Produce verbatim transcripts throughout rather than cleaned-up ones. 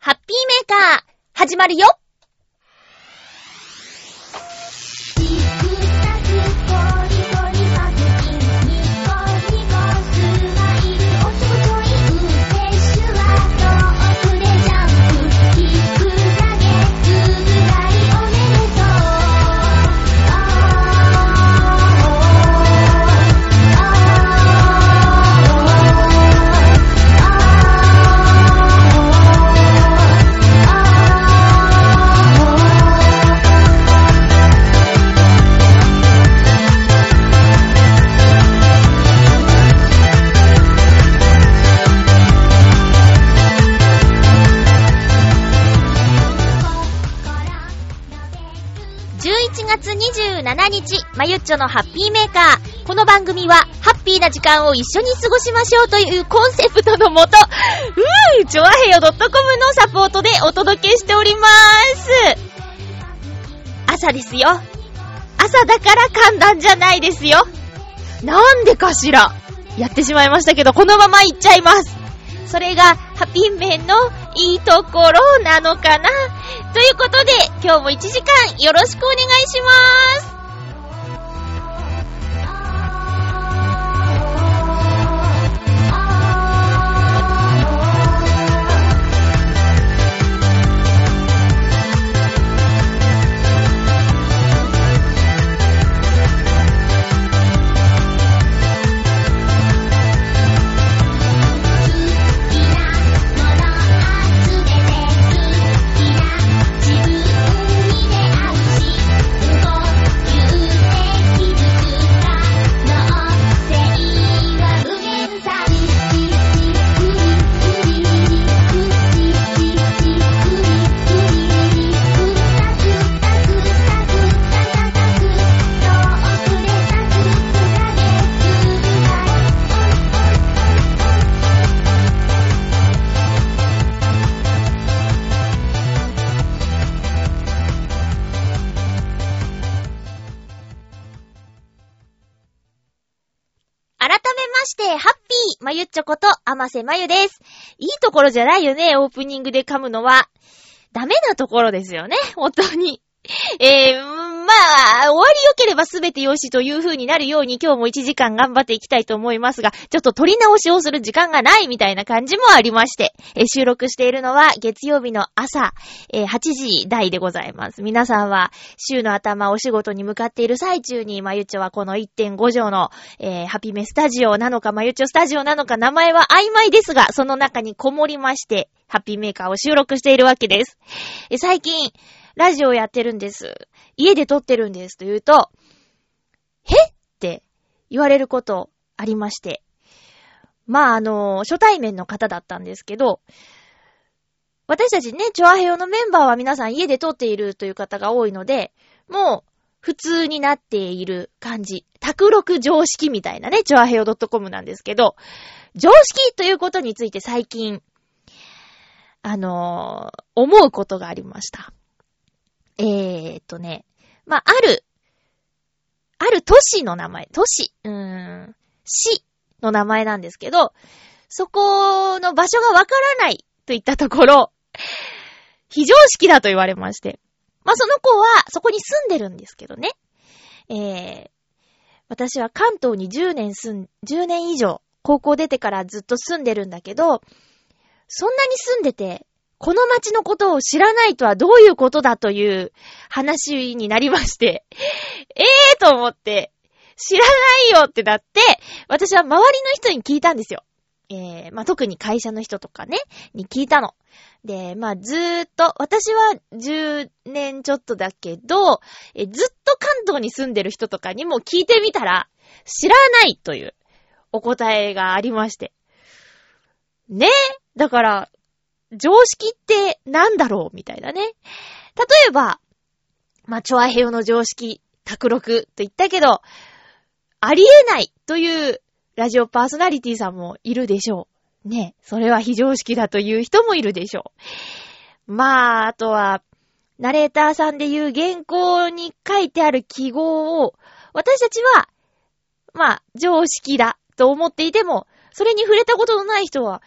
ハッピーメーカー始まるよ。にじゅうしちにち、まゆっちょのハッピーメーカー。この番組はハッピーな時間を一緒に過ごしましょうというコンセプトのもと、うー、チョアヘヨ .com のサポートでお届けしております。朝ですよ。朝だから簡単じゃないですよ。なんでかしら。やってしまいましたけど、このままいっちゃいます。それがハッピーメンのいいところなのかなということで、今日もいちじかんよろしくお願いします。まゆっちょこと甘瀬まゆです。いいところじゃないよね、オープニングで噛むのは。ダメなところですよね、本当に。えー、まあ、終わり良ければ全て良しという風になるように今日もいちじかん頑張っていきたいと思いますが、ちょっと取り直しをする時間がないみたいな感じもありまして、えー、収録しているのは月曜日の朝、えー、はちじ台でございます。皆さんは週の頭お仕事に向かっている最中に、まゆっちょはこの いってんご 畳の、えー、ハピメスタジオなのかまゆっちょスタジオなのか名前は曖昧ですが、その中にこもりまして、ハッピーメーカーを収録しているわけです。えー、最近、ラジオやってるんです。家で撮ってるんですと言うと、へって言われることありまして。まああの、初対面の方だったんですけど、私たちね、チョアヘヨのメンバーは皆さん家で撮っているという方が多いので、もう普通になっている感じ。卓録常識みたいなね、チョアヘヨ .com なんですけど、常識ということについて最近、あのー、思うことがありました。えーっとね、まあ、ある、ある都市の名前、都市、うーん、市の名前なんですけど、そこの場所がわからないといったところ、非常識だと言われまして。まあ、その子はそこに住んでるんですけどね。えー、私は関東にじゅうねん住ん、じゅうねん以上、高校出てからずっと住んでるんだけど、そんなに住んでて、この町のことを知らないとはどういうことだという話になりまして、えーと思って、知らないよってなって、私は周りの人に聞いたんですよ。えー、まあ、特に会社の人とかね、に聞いたの。で、まあ、ずーっと、私はじゅうねんちょっとだけど、えずっと関東に住んでる人とかにも聞いてみたら、知らないというお答えがありまして。ね、だから、常識ってなんだろうみたいなね。例えば、まあ、チョアヘヨの常識、卓録と言ったけど、ありえないというラジオパーソナリティさんもいるでしょう。ね。それは非常識だという人もいるでしょう。まあ、あとは、ナレーターさんでいう原稿に書いてある記号を、私たちは、まあ、常識だと思っていても、それに触れたことのない人は、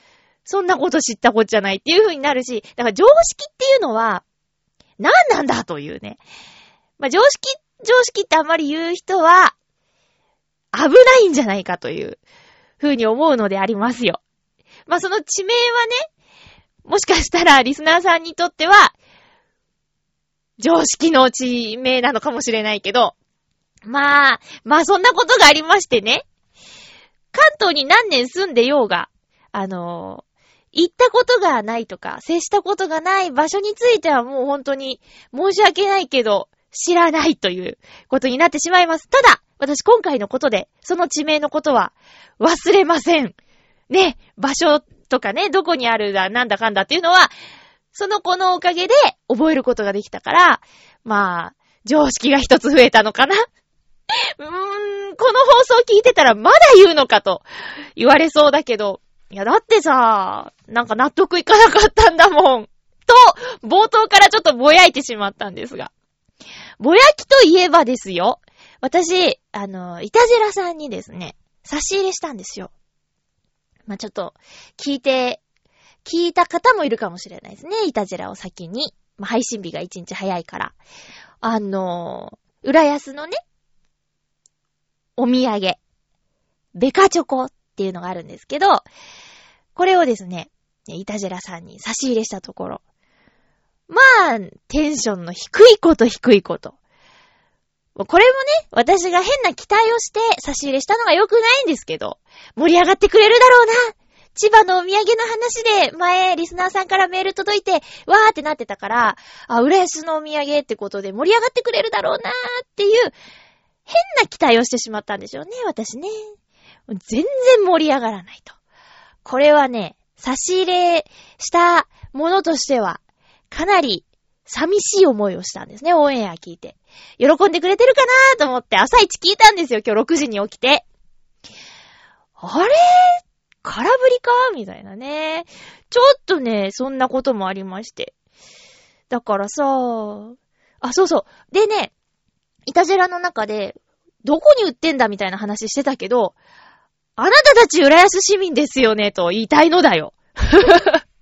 そんなこと知ったこっちゃないっていう風になるし、だから常識っていうのは、何なんだというね。まあ、常識、常識ってあんまり言う人は、危ないんじゃないかという風に思うのでありますよ。まあ、その地名はね、もしかしたらリスナーさんにとっては、常識の地名なのかもしれないけど、まあ、まあそんなことがありましてね。関東に何年住んでようが、あのー、行ったことがないとか、接したことがない場所についてはもう本当に申し訳ないけど、知らないということになってしまいます。ただ、私今回のことで、その地名のことは忘れません。ね、場所とかね、どこにあるだ、なんだかんだっていうのは、その子のおかげで覚えることができたから、まあ、常識が一つ増えたのかな。うーん、この放送聞いてたらまだ言うのかと言われそうだけど、いやだってさ、なんか納得いかなかったんだもん。と、冒頭からちょっとぼやいてしまったんですが。ぼやきといえばですよ。私、あの、いたじらさんにですね、差し入れしたんですよ。まあ、ちょっと、聞いて、聞いた方もいるかもしれないですね。いたじらを先に。まあ、配信日が一日早いから。あの、浦安のね、お土産、ベカチョコっていうのがあるんですけど、これをですね、いたじらさんに差し入れしたところ、まあ、テンションの低いこと低いこと。これもね、私が変な期待をして差し入れしたのが良くないんですけど、盛り上がってくれるだろうな。千葉のお土産の話で前リスナーさんからメール届いてわーってなってたから、あ、浦安のお土産ってことで盛り上がってくれるだろうなーっていう変な期待をしてしまったんでしょうね、私ね。全然盛り上がらないと。これはね、差し入れしたものとしてはかなり寂しい思いをしたんですね、オンエア聞いて。喜んでくれてるかなーと思って朝一聞いたんですよ、今日ろくじに起きて。あれ空振りかみたいなね。ちょっとね、そんなこともありまして。だからさ、あ、そうそう。でね、イタジェラの中で、どこに売ってんだみたいな話してたけど、あなたたち浦安市民ですよね、と言いたいのだよ。いろいろ売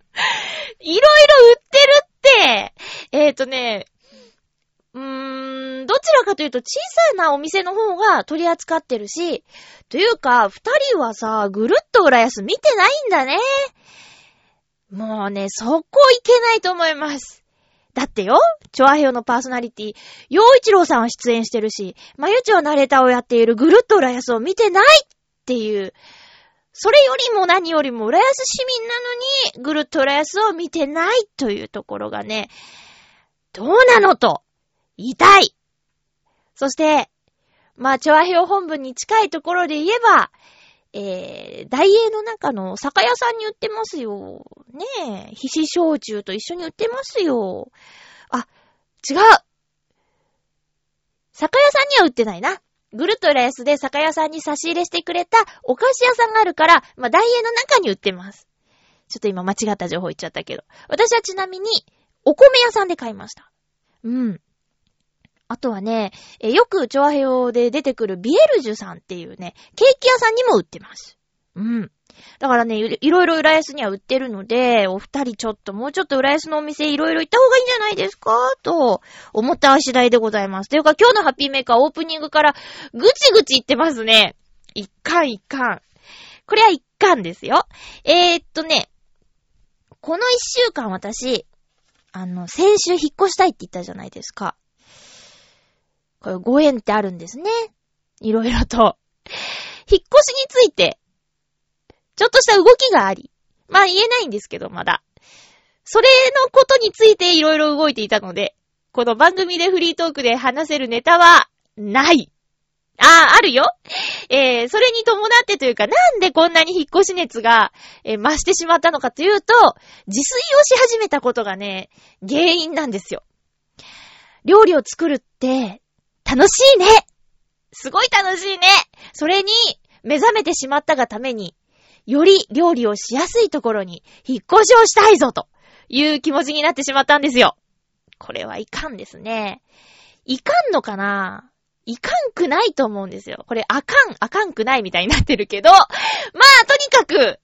ってるって。えーとね、うーん、どちらかというと小さなお店の方が取り扱ってるし、というか、二人はさ、ぐるっと浦安見てないんだね。もうね、そこいけないと思います。だってよ、チョアヘヨのパーソナリティ、陽一郎さんは出演してるし、まゆちはナレーターをやっているぐるっと浦安を見てないっていう、それよりも何よりも浦安市民なのに、ぐるっと浦安を見てないというところがね、どうなのと言いたい。そして、まあ、チョアヘヨ本部に近いところで言えば、えー、大英の中の酒屋さんに売ってますよ。ねえ、ひし焼酎と一緒に売ってますよ。あ、違う。酒屋さんには売ってないな。ぐるっと浦安で酒屋さんに差し入れしてくれたお菓子屋さんがあるから、まあ、大英の中に売ってます。ちょっと今間違った情報言っちゃったけど。私はちなみに、お米屋さんで買いました。うん。あとはね、えよくチョアヘヨで出てくるビエルジュさんっていうね、ケーキ屋さんにも売ってます。うん。だからね、いろいろ浦安には売ってるので、お二人ちょっともうちょっと浦安のお店いろいろ行った方がいいんじゃないですかと思った次第でございます。というか今日のハッピーメーカーオープニングからぐちぐち言ってますね。一貫一貫。これは一貫ですよ。えー、っとね、この一週間私、あの、先週引っ越したいって言ったじゃないですか。これご縁ってあるんですね。いろいろと。引っ越しについて、ちょっとした動きがあり。まあ言えないんですけど、まだ。それのことについていろいろ動いていたので、この番組でフリートークで話せるネタは、ない。ああ、あるよ。えー、それに伴ってというか、なんでこんなに引っ越し熱が、えー、増してしまったのかというと、自炊をし始めたことがね、原因なんですよ。料理を作るって、楽しいね。すごい楽しいね。それに目覚めてしまったがために、より料理をしやすいところに引っ越しをしたいぞという気持ちになってしまったんですよ。これはいかんですね。いかんのかないかんくないと思うんですよ。これあかん、あかんくないみたいになってるけど、まあとにかく、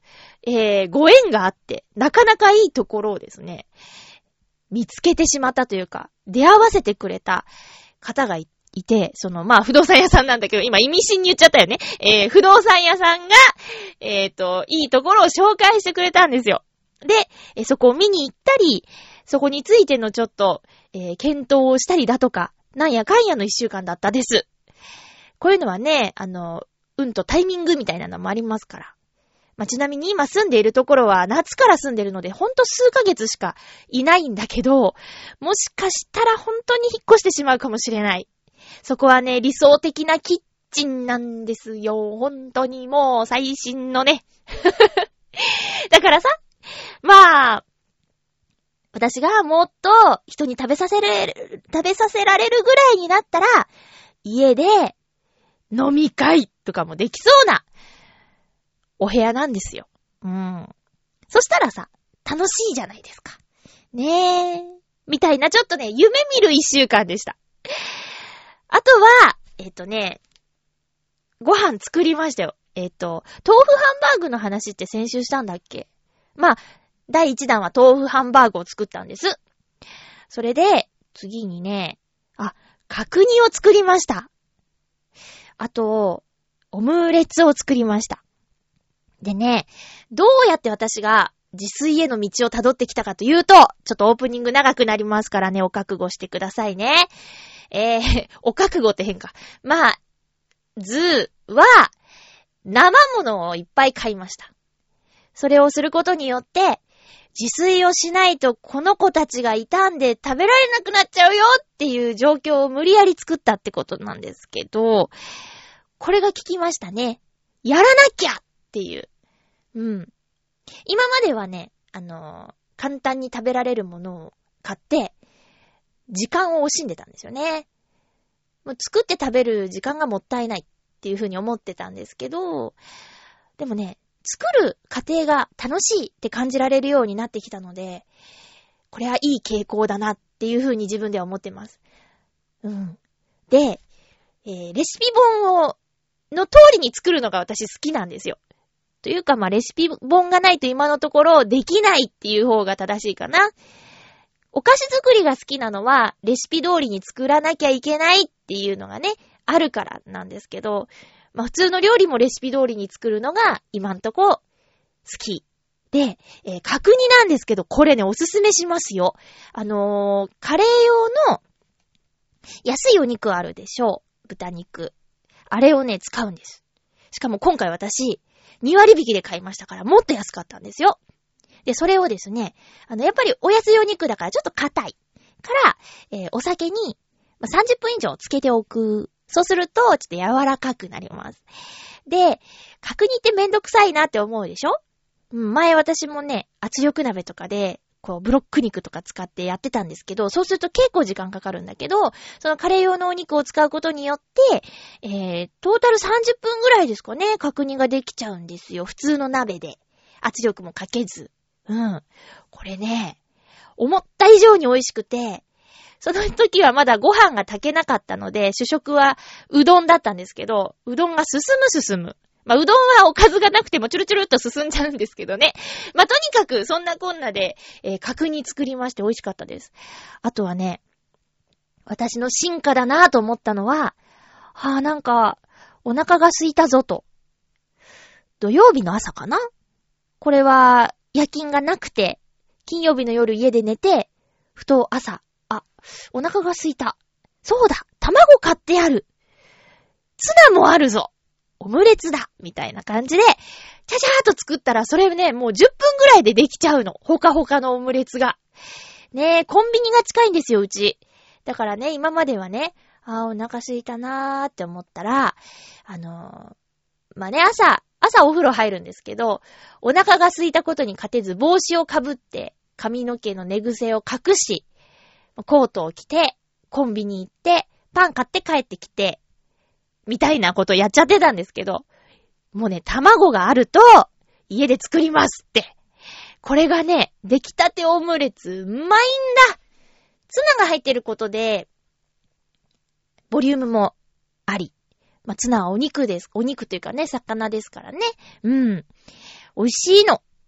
えー、ご縁があって、なかなかいいところをですね、見つけてしまったというか、出会わせてくれた方がいいて、その、まあ、不動産屋さんなんだけど、今意味深に言っちゃったよね。えー、不動産屋さんが、えっと、いいところを紹介してくれたんですよ。で、えそこを見に行ったり、そこについてのちょっと、えー、検討をしたりだとか、なんやかんやの一週間だったです。こういうのはね、あの、運とタイミングみたいなのもありますから。まあ、ちなみに今住んでいるところは夏から住んでるので、ほんと数ヶ月しかいないんだけど、もしかしたら本当に引っ越してしまうかもしれない。そこはね、理想的なキッチンなんですよ。本当にもう最新のね。だからさ、まあ、私がもっと人に食べさせる、食べさせられるぐらいになったら、家で飲み会とかもできそうなお部屋なんですよ。うん。そしたらさ、楽しいじゃないですか。ねえ。みたいなちょっとね、夢見る一週間でした。あとは、えっとね、ご飯作りましたよ。えっと、豆腐ハンバーグの話って先週したんだっけ？まあ、だいいちだんは豆腐ハンバーグを作ったんです。それで、次にね、あ、角煮を作りました。あと、オムレツを作りました。でね、どうやって私が自炊への道を辿ってきたかというと、ちょっとオープニング長くなりますからね、お覚悟してくださいね。えー、お覚悟って変か。まあ、図は、生物をいっぱい買いました。それをすることによって、自炊をしないとこの子たちが傷んで食べられなくなっちゃうよっていう状況を無理やり作ったってことなんですけど、これが効きましたね。やらなきゃっていう。うん。今まではね、あのー、簡単に食べられるものを買って、時間を惜しんでたんですよね。もう作って食べる時間がもったいないっていうふうに思ってたんですけど、でもね、作る過程が楽しいって感じられるようになってきたので、これはいい傾向だなっていうふうに自分では思ってます。うん。で、えー、レシピ本を、の通りに作るのが私好きなんですよ。というか、まあ、レシピ本がないと今のところできないっていう方が正しいかな。お菓子作りが好きなのは、レシピ通りに作らなきゃいけないっていうのがね、あるからなんですけど、まあ、普通の料理もレシピ通りに作るのが今んとこ好き。で、えー、角煮なんですけど、これね、おすすめしますよ。あのー、カレー用の安いお肉あるでしょう。豚肉。あれをね、使うんです。しかも今回私、に割引で買いましたからもっと安かったんですよ。で、それをですね、あの、やっぱりお安いお肉だからちょっと硬いから、えー、お酒にさんじゅっぷん以上つけておく。そうすると、ちょっと柔らかくなります。で、角煮ってめんどくさいなって思うでしょ？うん、前私もね、圧力鍋とかで、こう、ブロック肉とか使ってやってたんですけど、そうすると結構時間かかるんだけど、そのカレー用のお肉を使うことによって、えー、トータルさんじゅっぷんぐらいですかね、角煮ができちゃうんですよ。普通の鍋で。圧力もかけず。うん。これね、思った以上に美味しくて、その時はまだご飯が炊けなかったので、主食はうどんだったんですけど、うどんが進む進む。まあ、うどんはおかずがなくてもチュルチュルっと進んじゃうんですけどね。まあ、とにかくそんなこんなで、えー、角煮作りまして美味しかったです。あとはね、私の進化だなぁと思ったのは、はぁ、なんか、お腹が空いたぞと。土曜日の朝かな？これは夜勤がなくて、金曜日の夜家で寝て、ふと朝、あ、お腹が空いた。そうだ、卵買ってある。ツナもあるぞ。オムレツだ。みたいな感じで、ちゃちゃーっと作ったら、それね、もうじゅっぷんぐらいでできちゃうの。ほかほかのオムレツが。ねえ、コンビニが近いんですよ、うち。だからね、今まではね、あー、お腹空いたなーって思ったら、あのー、まあね、朝、朝お風呂入るんですけど、お腹が空いたことに勝てず、帽子をかぶって、髪の毛の寝癖を隠し、コートを着て、コンビニ行って、パン買って帰ってきて、みたいなことやっちゃってたんですけど、もうね、卵があると、家で作りますって。これがね、出来たてオムレツ、うまいんだ。ツナが入ってることで、ボリュームもあり。まあ、ツナはお肉です。お肉というかね、魚ですからね。うん。美味しいの。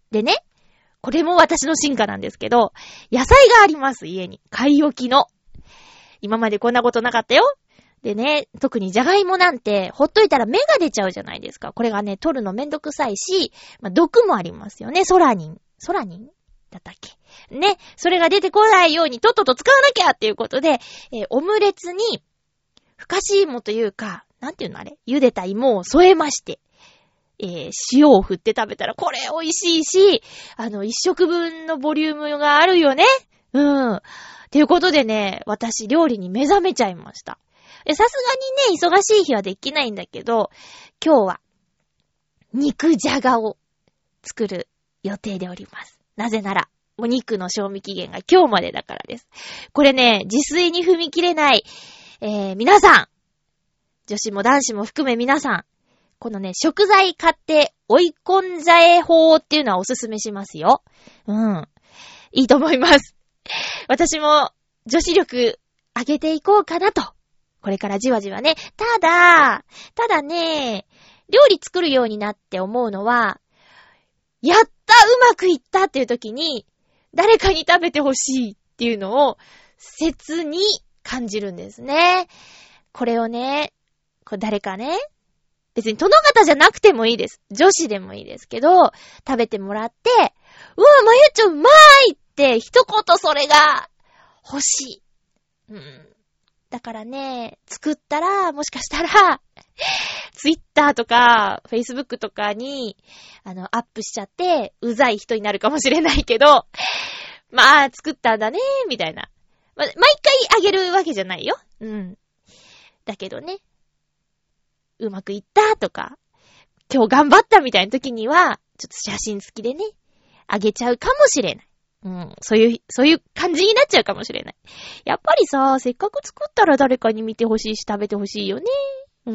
でね、これも私の進化なんですけど、野菜があります、家に。買い置きの。今までこんなことなかったよ。でね、特にじゃがいもなんて、ほっといたら芽が出ちゃうじゃないですか。これがね、取るのめんどくさいし、まあ、毒もありますよね。ソラニン。ソラニンだったっけね、それが出てこないようにとっとと使わなきゃっていうことで、えー、オムレツに、ふかし芋というか、なんていうのあれ、茹でた芋を添えまして、えー、塩を振って食べたらこれ美味しいし、あの、一食分のボリュームがあるよね。うん。ということでね、私料理に目覚めちゃいました。さすがにね、忙しい日はできないんだけど、今日は肉じゃがを作る予定でおります。なぜなら、お肉の賞味期限が今日までだからです。これね、自炊に踏み切れない、えー、皆さん、女子も男子も含め皆さん、このね、食材買って追い込んじゃえ法っていうのはおすすめしますよ。うん。いいと思います。私も女子力上げていこうかなと。これからじわじわね。ただ、ただね、料理作るようになって思うのは、やったうまくいったっていう時に、誰かに食べてほしいっていうのを切に感じるんですね。これをね、これ誰かね、別に殿方じゃなくてもいいです。女子でもいいですけど、食べてもらって、うわ、まゆっちょうまいって一言それが欲しい。うん。だからね、作ったら、もしかしたら、ツイッターとか、フェイスブックとかに、あの、アップしちゃって、うざい人になるかもしれないけど、まあ、作ったんだね、みたいな。ま、毎回あげるわけじゃないよ。うん。だけどね、うまくいったとか、今日頑張ったみたいな時には、ちょっと写真付きでね、あげちゃうかもしれない。うん、そういう、そういう感じになっちゃうかもしれない。やっぱりさ、せっかく作ったら誰かに見てほしいし食べてほしいよね。うん。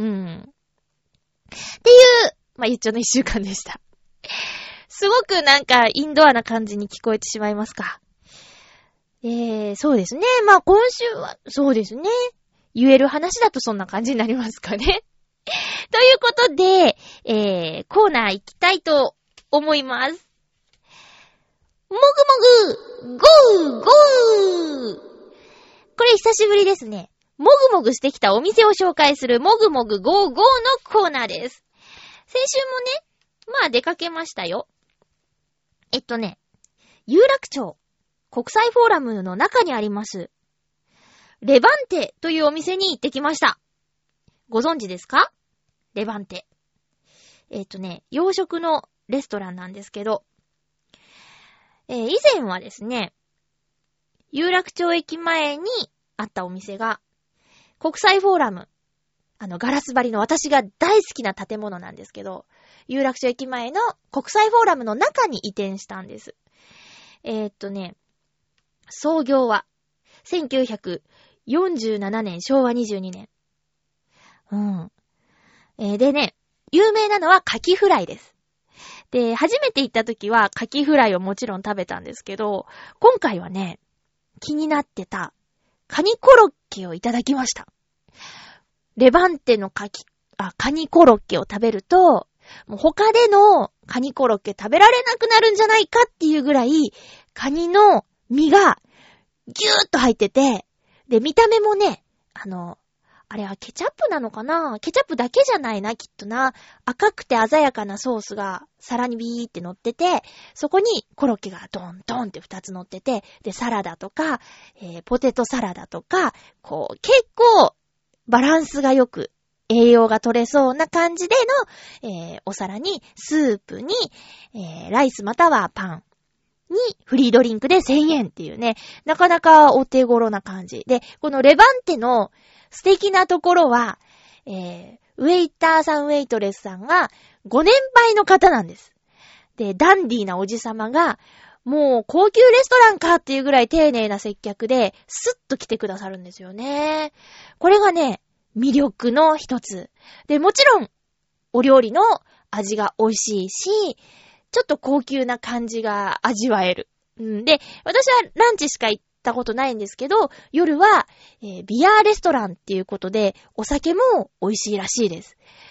っていう、まあ、ゆっちょの一週間でした。すごくなんかインドアな感じに聞こえてしまいますか。えー、そうですね。まあ、今週は、そうですね。言える話だとそんな感じになりますかね。ということで、えー、コーナー行きたいと思います。もぐもぐ、ゴーゴー。これ久しぶりですね。もぐもぐしてきたお店を紹介するもぐもぐゴーゴーのコーナーです。先週もね、まあ出かけましたよ。えっとね、有楽町国際フォーラムの中にあります、レバンテというお店に行ってきました。ご存知ですか？レバンテ。えっとね、洋食のレストランなんですけど、えー、以前はですね、有楽町駅前にあったお店が、国際フォーラム、あのガラス張りの私が大好きな建物なんですけど、有楽町駅前の国際フォーラムの中に移転したんです。えー、っとね、創業はせんきゅうひゃくよんじゅうななねん、しょうわにじゅうにねん。うん。えー、でね、有名なのはカキフライです。で、初めて行った時はカキフライをもちろん食べたんですけど、今回はね、気になってたカニコロッケをいただきました。レバンテのカキ、あ、カニコロッケを食べると、もう他でのカニコロッケ食べられなくなるんじゃないかっていうぐらい、カニの身がギューッと入ってて、で、見た目もね、あの、あれはケチャップなのかな？ケチャップだけじゃないな、きっとな。赤くて鮮やかなソースが皿にビーって乗ってて、そこにコロッケがドンドンって二つ乗ってて、で、サラダとか、えー、ポテトサラダとか、こう、結構、バランスが良く、栄養が取れそうな感じでの、えー、お皿に、スープに、えー、ライスまたはパンに、フリードリンクでせんえんっていうね、なかなかお手頃な感じ。で、このレバンテの素敵なところは、えー、ウェイターさん、ウェイトレスさんがご年配の方なんです。で、ダンディーなおじさまが、もう高級レストランかっていうぐらい丁寧な接客で、スッと来てくださるんですよね。これがね、魅力の一つ。で、もちろん、お料理の味が美味しいし、ちょっと高級な感じが味わえる。うん、で、私はランチしか行ったことないんですけど、夜は、えー、ビアレストランっていうことで、お酒も美味しいらしいです。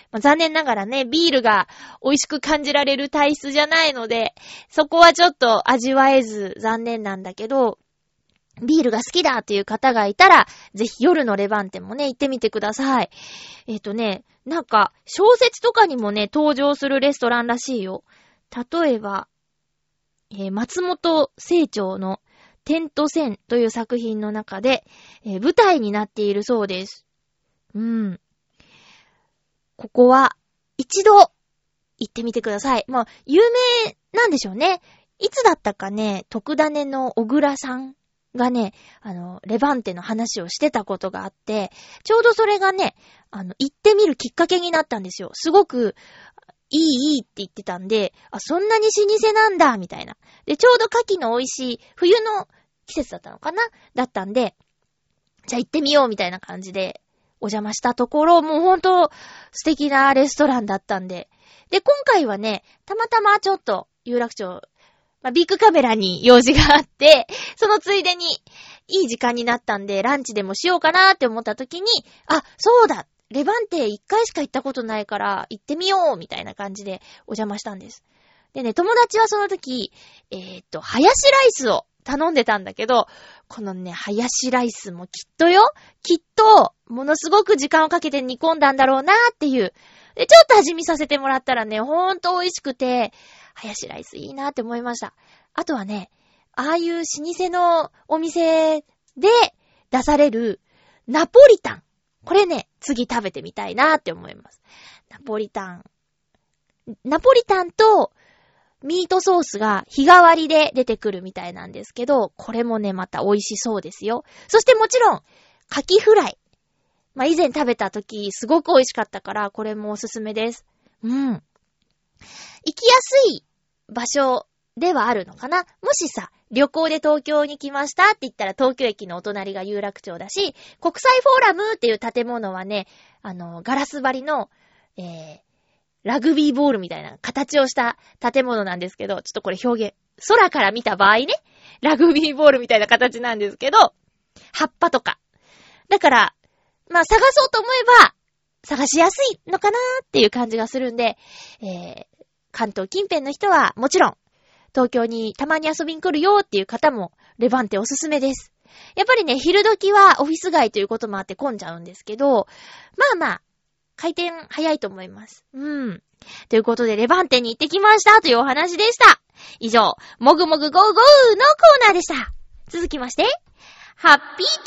まあ、残念ながらね、ビールが美味しく感じられる体質じゃないので、そこはちょっと味わえず残念なんだけど、ビールが好きだっていう方がいたら、ぜひ夜のレバンテもね、行ってみてください。えっとね、なんか、小説とかにもね、登場するレストランらしいよ。例えば、えー、松本清張のテント戦という作品の中で、えー、舞台になっているそうです。うん。ここは、一度、行ってみてください。まあ、有名なんでしょうね。いつだったかね、特ダネの小倉さんがね、あの、レバンテの話をしてたことがあって、ちょうどそれがね、あの、行ってみるきっかけになったんですよ。すごく、いいいいって言ってたんで、あ、そんなに老舗なんだ、みたいな。で、ちょうど牡蠣の美味しい冬の季節だったのかなだったんで、じゃあ行ってみよう、みたいな感じで、お邪魔したところ、もうほんと素敵なレストランだったんで。で、今回はね、たまたまちょっと有楽町、まあ、ビッグカメラに用事があって、そのついでにいい時間になったんで、ランチでもしようかなって思った時に、あ、そうだレバンテ一回しか行ったことないから行ってみようみたいな感じでお邪魔したんです。でね、友達はその時、えーっと、ハヤシライスを頼んでたんだけど、このね、ハヤシライスもきっとよ、きっと、ものすごく時間をかけて煮込んだんだろうなっていう。で、ちょっと味見させてもらったらね、ほんと美味しくて、ハヤシライスいいなって思いました。あとはね、ああいう老舗のお店で出されるナポリタン。これね、次食べてみたいなって思います。ナポリタン。ナポリタンとミートソースが日替わりで出てくるみたいなんですけど、これもね、また美味しそうですよ。そしてもちろん、カキフライ。まあ、以前食べた時、すごく美味しかったから、これもおすすめです。うん。行きやすい場所ではあるのかな。もしさ、旅行で東京に来ましたって言ったら東京駅のお隣が有楽町だし、国際フォーラムっていう建物はね、あの、ガラス張りの、えー、ラグビーボールみたいな形をした建物なんですけど、ちょっとこれ表現、空から見た場合ね、ラグビーボールみたいな形なんですけど、葉っぱとか。だから、まあ探そうと思えば、探しやすいのかなっていう感じがするんで、えー、関東近辺の人はもちろん、東京にたまに遊びに来るよっていう方も、レバンテおすすめです。やっぱりね、昼時はオフィス街ということもあって混んじゃうんですけど、まあまあ、回転早いと思います。うん。ということで、レバンテに行ってきましたというお話でした。以上、もぐもぐゴーゴーのコーナーでした。続きまして、ハッピートー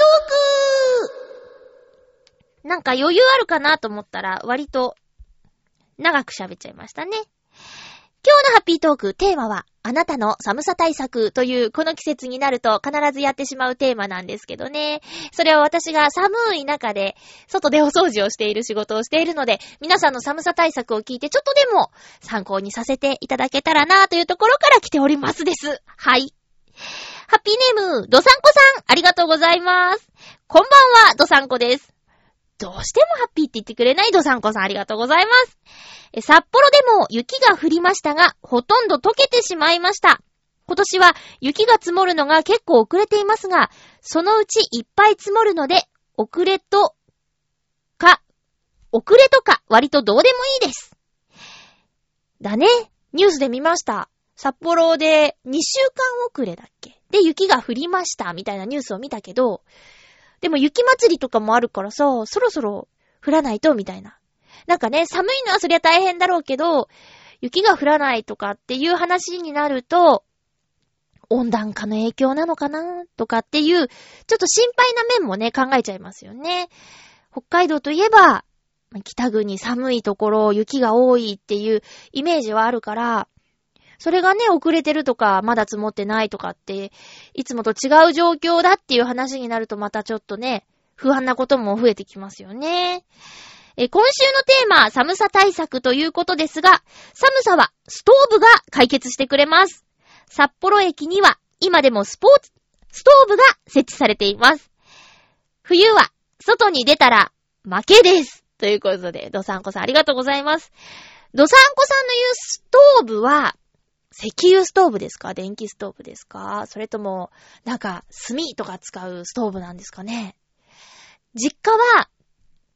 クなんか余裕あるかなと思ったら、割と長く喋っちゃいましたね。今日のハッピートーク、テーマは、あなたの寒さ対策というこの季節になると必ずやってしまうテーマなんですけどね。それは私が寒い中で外でお掃除をしている仕事をしているので、皆さんの寒さ対策を聞いてちょっとでも参考にさせていただけたらなというところから来ておりますです。はい。ハッピーネーム、どさんこさん、ありがとうございます。こんばんは、どさんこです。どうしてもハッピーって言ってくれないどさんこさん、ありがとうございます。札幌でも雪が降りましたが、ほとんど溶けてしまいました。今年は雪が積もるのが結構遅れていますが、そのうちいっぱい積もるので、遅れとか、遅れとか割とどうでもいいです。だね。ニュースで見ました。札幌でにしゅうかん遅れだっけで雪が降りましたみたいなニュースを見たけど、でも雪祭りとかもあるからさ、そろそろ降らないとみたいな。なんかね、寒いのはそりゃ大変だろうけど、雪が降らないとかっていう話になると、温暖化の影響なのかなとかっていう、ちょっと心配な面もね、考えちゃいますよね。北海道といえば、北国寒いところ、雪が多いっていうイメージはあるから、それがね、遅れてるとか、まだ積もってないとかって、いつもと違う状況だっていう話になるとまたちょっとね、不安なことも増えてきますよね。え今週のテーマ、寒さ対策ということですが、寒さはストーブが解決してくれます。札幌駅には今でもスポーツ、ストーブが設置されています。冬は外に出たら負けです。ということで、どさんこさんありがとうございます。どさんこさんの言うストーブは、石油ストーブですか？電気ストーブですか？それとも、なんか、炭とか使うストーブなんですかね？実家は、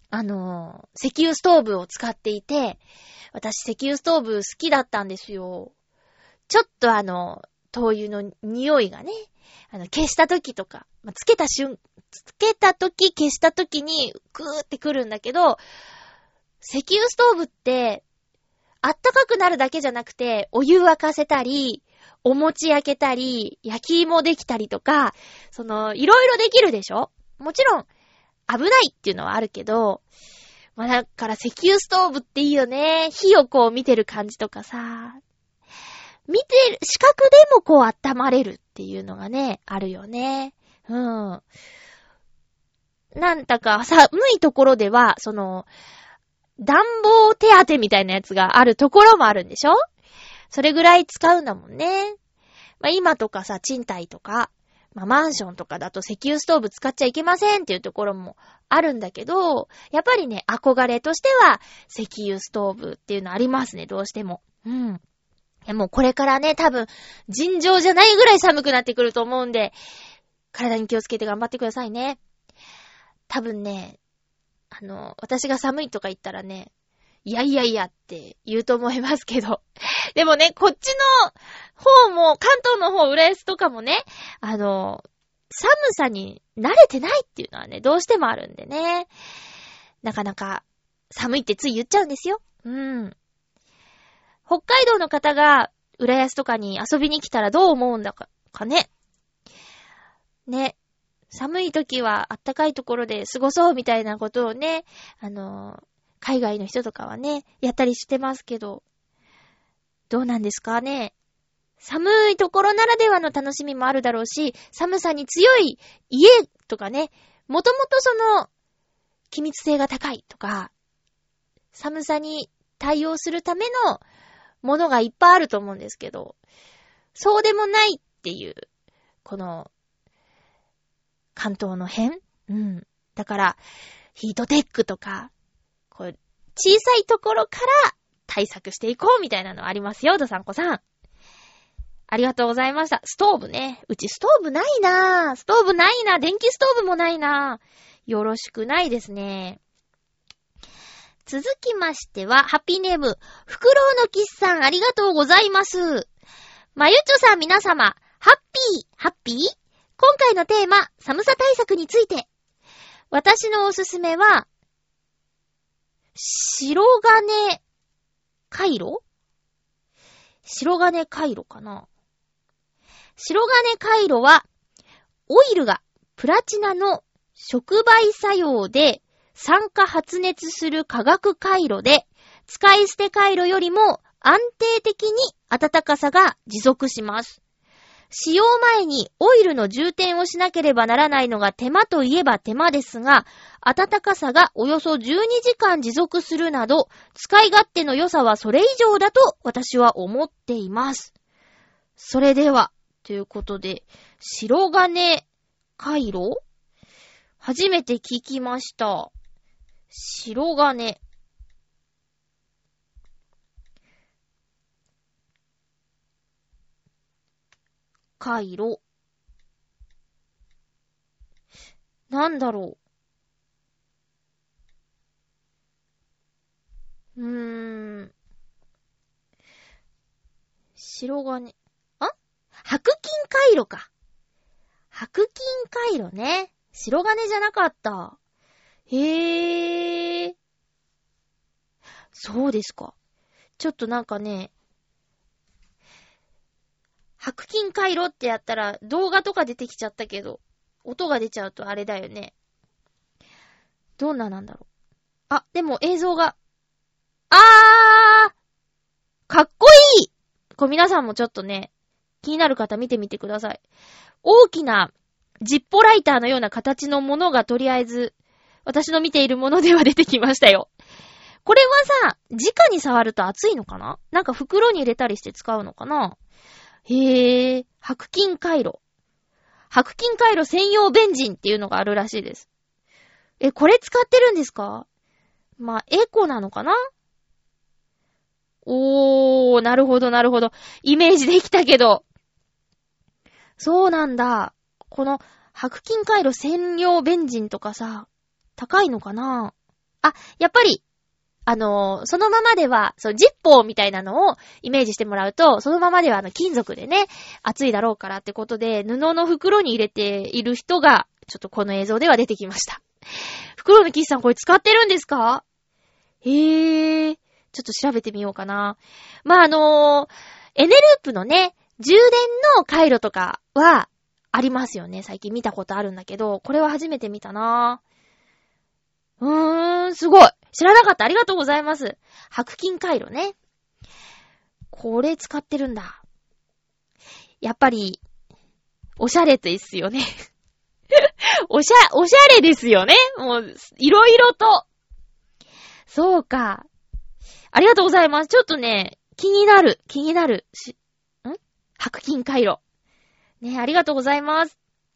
あのー、石油ストーブを使っていて、私石油ストーブ好きだったんですよ。ちょっとあの、灯油の匂いがね、あの、消した時とか、まあ、つけた瞬、つけた時、消した時に、グーってくるんだけど、石油ストーブって、あったかくなるだけじゃなくて、お湯沸かせたり、お餅焼けたり、焼き芋できたりとか、その、いろいろできるでしょ？もちろん、危ないっていうのはあるけど、まあだから石油ストーブっていいよね。火をこう見てる感じとかさ。見てる、視覚でもこう温まれるっていうのがね、あるよね。うん。なんだか寒いところでは、その、暖房手当みたいなやつがあるところもあるんでしょ？それぐらい使うんだもんね。まあ今とかさ、賃貸とか、まあマンションとかだと石油ストーブ使っちゃいけませんっていうところもあるんだけど、やっぱりね、憧れとしては石油ストーブっていうのありますね、どうしても。うん。いやもうこれからね、多分、尋常じゃないぐらい寒くなってくると思うんで、体に気をつけて頑張ってくださいね。多分ね、あの、私が寒いとか言ったらね、いやいやいやって言うと思いますけど。でもね、こっちの方も、関東の方、浦安とかもね、あの、寒さに慣れてないっていうのはね、どうしてもあるんでね。なかなか寒いってつい言っちゃうんですよ。うん。北海道の方が浦安とかに遊びに来たらどう思うんだか、かね。ね。寒い時はあったかいところで過ごそうみたいなことをね、あの、海外の人とかはね、やったりしてますけど、どうなんですかね。寒いところならではの楽しみもあるだろうし、寒さに強い家とかね、もともとその、気密性が高いとか、寒さに対応するためのものがいっぱいあると思うんですけど、そうでもないっていう、この、関東の辺？うん。だから、ヒートテックとか、こう、小さいところから対策していこうみたいなのありますよ、どさんこさん。ありがとうございました。ストーブね。うちストーブないなぁ。ストーブないなぁ。電気ストーブもないなぁ。よろしくないですね。続きましては、ハッピーネーム、フクロウのキスさん、ありがとうございます。まゆちょさん皆様、ハッピー、ハッピー？今回のテーマ、寒さ対策について。私のおすすめは、白金回路？白金回路かな？白金回路は、オイルがプラチナの触媒作用で酸化発熱する化学回路で、使い捨て回路よりも安定的に暖かさが持続します。使用前にオイルの充填をしなければならないのが手間といえば手間ですが、暖かさがおよそじゅうにじかん持続するなど、使い勝手の良さはそれ以上だと私は思っています。それでは、ということで、白金回路？初めて聞きました。白金。回路。なんだろう。うーん。白金。あ？白金回路か。白金回路ね。白金じゃなかった。へー。そうですか。ちょっとなんかね、白金回路ってやったら動画とか出てきちゃったけど、音が出ちゃうとあれだよね。どんななんだろう。あ、でも映像が、あーかっこいい！これ皆さんもちょっとね、気になる方見てみてください。大きなジッポライターのような形のものがとりあえず、私の見ているものでは出てきましたよ。これはさ、直に触ると熱いのかな？なんか袋に入れたりして使うのかな？へー、白金回路。白金回路専用ベンジンっていうのがあるらしいです。え、これ使ってるんですか？まあ、エコなのかな？おー、なるほどなるほど。イメージできたけど。そうなんだ。この白金回路専用ベンジンとかさ、高いのかな？ あ、やっぱり、あのー、そのままでは、そう、ジッポーみたいなのをイメージしてもらうと、そのままではあの、金属でね、熱いだろうからってことで、布の袋に入れている人が、ちょっとこの映像では出てきました。袋のキスさんこれ使ってるんですか？へー。ちょっと調べてみようかな。まあ、あのー、エネループのね、充電の回路とかはありますよね。最近見たことあるんだけど、これは初めて見たな。うーん、すごい。知らなかった。ありがとうございます。白金回路ね。これ使ってるんだ。やっぱり、おしゃれですよね。おしゃ、おしゃれですよね。もう、いろいろと。そうか。ありがとうございます。ちょっとね、気になる、気になる。し、ん？白金回路。ね、ありがとうございます。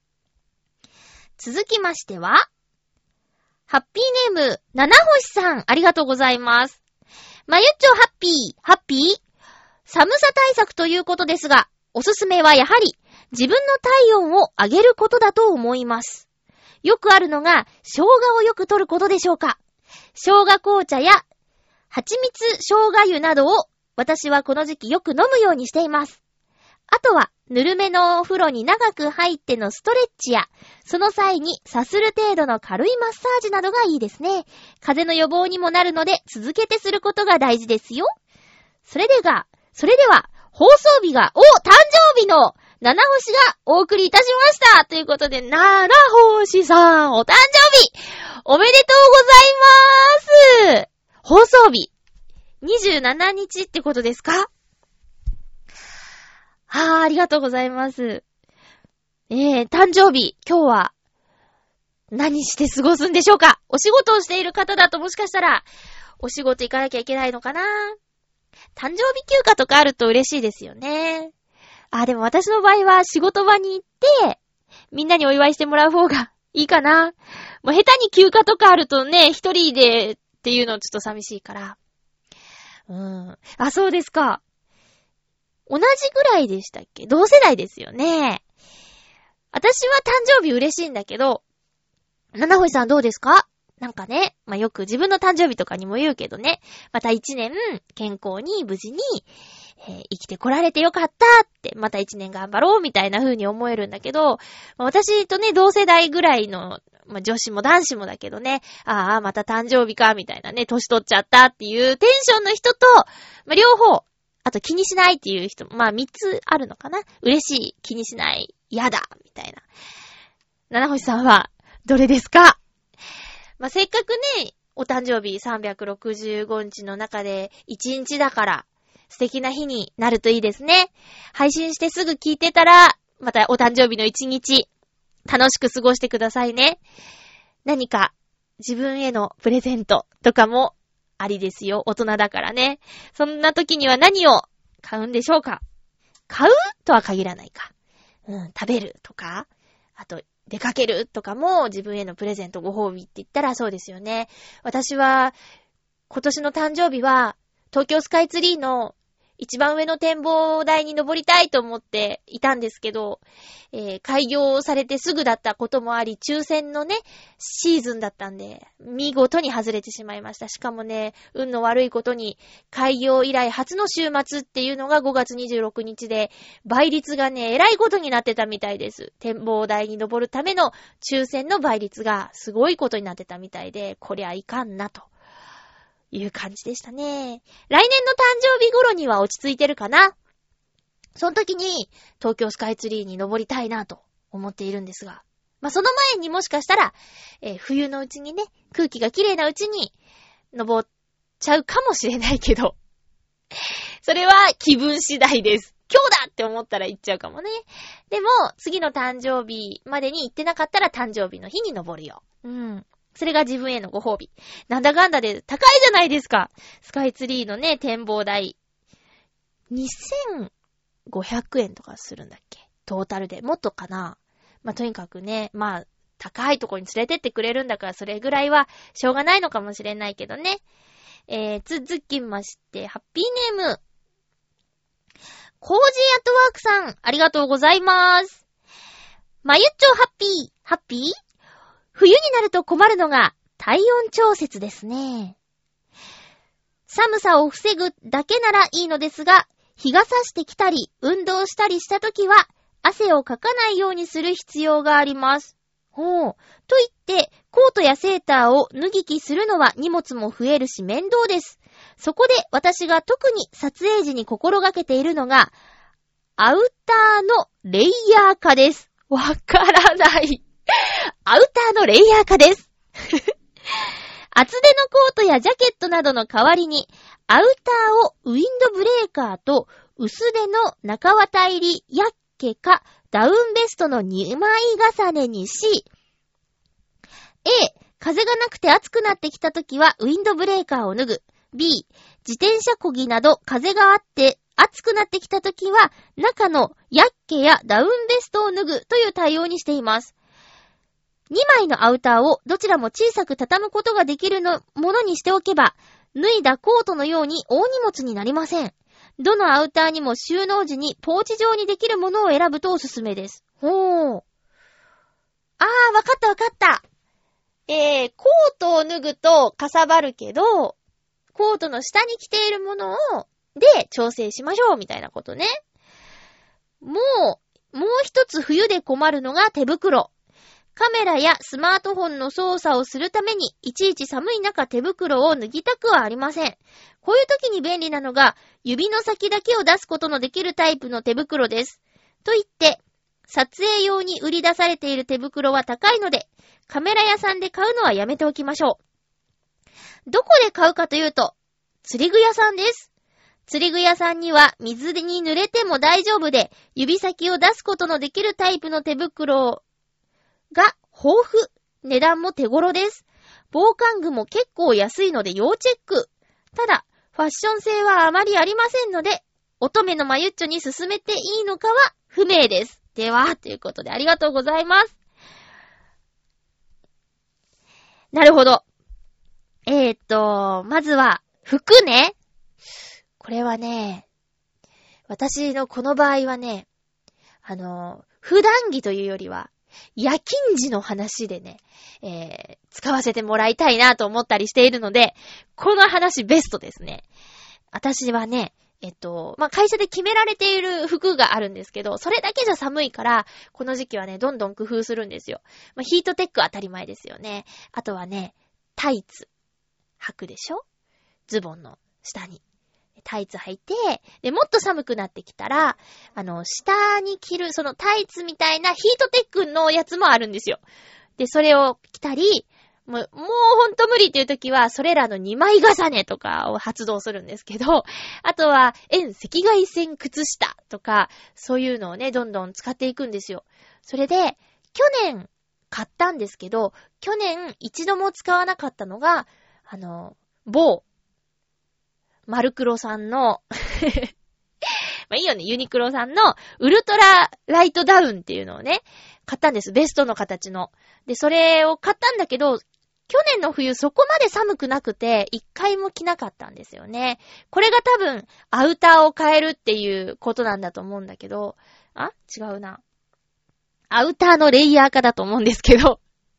続きましては、ハッピーネーム、七星さん、ありがとうございます。まゆっちょハッピー、ハッピー？寒さ対策ということですが、おすすめはやはり、自分の体温を上げることだと思います。よくあるのが、生姜をよく摂ることでしょうか。生姜紅茶や、蜂蜜生姜湯などを、私はこの時期よく飲むようにしています。あとは、ぬるめのお風呂に長く入ってのストレッチや、その際にさする程度の軽いマッサージなどがいいですね。風邪の予防にもなるので、続けてすることが大事ですよ。それでが、それでは、放送日が、お、誕生日の七星がお送りいたしました。ということで、七星さん、お誕生日おめでとうございます。放送日、にじゅうしちにちってことですか？はぁ、ありがとうございます。えー、誕生日、今日は、何して過ごすんでしょうか？お仕事をしている方だともしかしたら、お仕事行かなきゃいけないのかな？誕生日休暇とかあると嬉しいですよね。あ、でも私の場合は仕事場に行って、みんなにお祝いしてもらう方がいいかな。もう下手に休暇とかあるとね、一人でっていうのちょっと寂しいから。うん。あ、そうですか。同じぐらいでしたっけ？同世代ですよね。私は誕生日嬉しいんだけど、七星さんどうですか？なんかね、まあ、よく自分の誕生日とかにも言うけどね、また一年健康に無事に、えー、生きてこられてよかったって、また一年頑張ろうみたいな風に思えるんだけど、まあ、私とね、同世代ぐらいの、まあ、女子も男子もだけどね、ああ、また誕生日かみたいなね、年取っちゃったっていうテンションの人と、まあ、両方、あと気にしないっていう人、まあ三つあるのかな？嬉しい、気にしない、嫌だ、みたいな。七星さんは、どれですか？まあ、せっかくね、お誕生日さんびゃくろくじゅうごにちの中でいちにちだから、素敵な日になるといいですね。配信してすぐ聞いてたら、またお誕生日のいちにち、楽しく過ごしてくださいね。何か、自分へのプレゼントとかも、ありですよ。大人だからね。そんな時には何を買うんでしょうか？買うとは限らないか。うん、食べるとか、あと出かけるとかも自分へのプレゼントご褒美って言ったらそうですよね。私は今年の誕生日は東京スカイツリーの一番上の展望台に登りたいと思っていたんですけど、えー、開業されてすぐだったこともあり、抽選のね、シーズンだったんで、見事に外れてしまいました。しかもね、運の悪いことに、開業以来初の週末っていうのがごがつにじゅうろくにちで、倍率がね、えらいことになってたみたいです。展望台に登るための抽選の倍率がすごいことになってたみたいで、こりゃいかんなと。いう感じでしたね。来年の誕生日頃には落ち着いてるかな。その時に東京スカイツリーに登りたいなと思っているんですが。まあ、その前にもしかしたら、えー、冬のうちにね、空気が綺麗なうちに登っちゃうかもしれないけど。それは気分次第です。今日だって思ったら行っちゃうかもね。でも、次の誕生日までに行ってなかったら誕生日の日に登るよ。うん。それが自分へのご褒美。なんだかんだで高いじゃないですか。スカイツリーのね、展望台。にせんごひゃくえんとかするんだっけ？トータルで。もっとかな？まあ、とにかくね、まあ、高いところに連れてってくれるんだから、それぐらいはしょうがないのかもしれないけどね。えー、続きまして、ハッピーネーム。コージーアットワークさん、ありがとうございます。まゆっちょハッピー、ハッピー？冬になると困るのが、 体温調節ですね。寒さを防ぐだけならいいのですが、日が差してきたり、運動したりしたときは、汗をかかないようにする必要があります。ほう。と言って、コートやセーターを脱ぎ着するのは荷物も増えるし面倒です。そこで私が特に撮影時に心がけているのが、アウターのレイヤー化です。わからない。アウターのレイヤー化です。厚手のコートやジャケットなどの代わりに、アウターをウィンドブレーカーと薄手の中綿入りヤッケかダウンベストのにまい重ねにし、A、風がなくて暑くなってきたときはウィンドブレーカーを脱ぐ。B、自転車漕ぎなど風があって暑くなってきたときは中のヤッケやダウンベストを脱ぐという対応にしています。にまいのアウターをどちらも小さく畳むことができるのものにしておけば、脱いだコートのように大荷物になりません。どのアウターにも収納時にポーチ状にできるものを選ぶとおすすめです。ほー。あー、わかったわかった。えー、コートを脱ぐとかさばるけど、コートの下に着ているものを、で調整しましょうみたいなことね。もう、もう一つ冬で困るのが手袋。カメラやスマートフォンの操作をするためにいちいち寒い中手袋を脱ぎたくはありません。こういう時に便利なのが指の先だけを出すことのできるタイプの手袋です。と言って撮影用に売り出されている手袋は高いのでカメラ屋さんで買うのはやめておきましょう。どこで買うかというと釣り具屋さんです。釣り具屋さんには水に濡れても大丈夫で指先を出すことのできるタイプの手袋をが豊富。値段も手頃です。防寒具も結構安いので要チェック。ただ、ファッション性はあまりありませんので、乙女のマユッチョに勧めていいのかは不明です。では、ということでありがとうございます。なるほど。えーっと、まずは、服ね。これはね、私のこの場合はね、あの、普段着というよりは、夜勤時の話でね、えー、使わせてもらいたいなと思ったりしているので、この話ベストですね。私はね、えっと、まあ、会社で決められている服があるんですけど、それだけじゃ寒いから、この時期はね、どんどん工夫するんですよ。まあ、ヒートテック当たり前ですよね。あとはね、タイツ履くでしょ？ズボンの下に。タイツ履いて、で、もっと寒くなってきたら、あの、下に着る、そのタイツみたいなヒートテックのやつもあるんですよ。で、それを着たり、もう、もうほんと無理っていう時は、それらのにまい重ねとかを発動するんですけど、あとは、遠赤外線靴下とか、そういうのをね、どんどん使っていくんですよ。それで、去年買ったんですけど、去年一度も使わなかったのが、あの、某、マルクロさんのまあいいよね、ユニクロさんのウルトラライトダウンっていうのをね、買ったんです。ベストの形の。で、それを買ったんだけど、去年の冬そこまで寒くなくて、一回も着なかったんですよね。これが多分、アウターを変えるっていうことなんだと思うんだけど、あ？違うな。アウターのレイヤー化だと思うんですけど、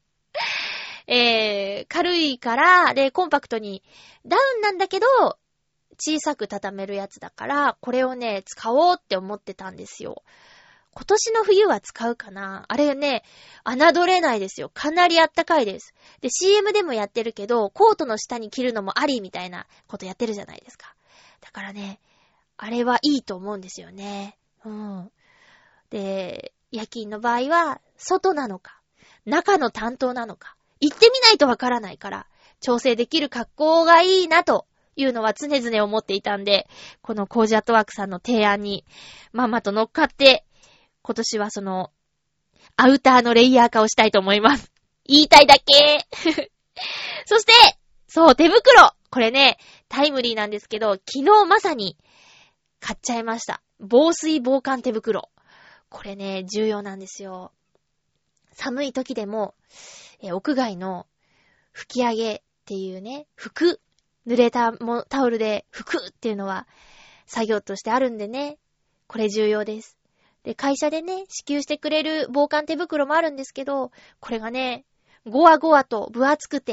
えー、軽いから、で、コンパクトに、ダウンなんだけど、小さく畳めるやつだから、これをね、使おうって思ってたんですよ。今年の冬は使うかな？あれね、侮れないですよ。かなりあったかいです。で、シーエム でもやってるけど、コートの下に着るのもありみたいなことやってるじゃないですか。だからね、あれはいいと思うんですよね。うん。で、夜勤の場合は、外なのか、中の担当なのか、行ってみないとわからないから、調整できる格好がいいなと、いうのは常々思っていたんで、このコージアットワークさんの提案にまんまと乗っかって、今年はその、アウターのレイヤー化をしたいと思います。言いたいだけそして、そう、手袋これね、タイムリーなんですけど、昨日まさに買っちゃいました。防水防寒手袋。これね、重要なんですよ。寒い時でも、え屋外の吹き上げっていうね、服、濡れたもタオルで拭くっていうのは作業としてあるんでね。これ重要です。で、会社でね、支給してくれる防寒手袋もあるんですけど、これがね、ゴワゴワと分厚くて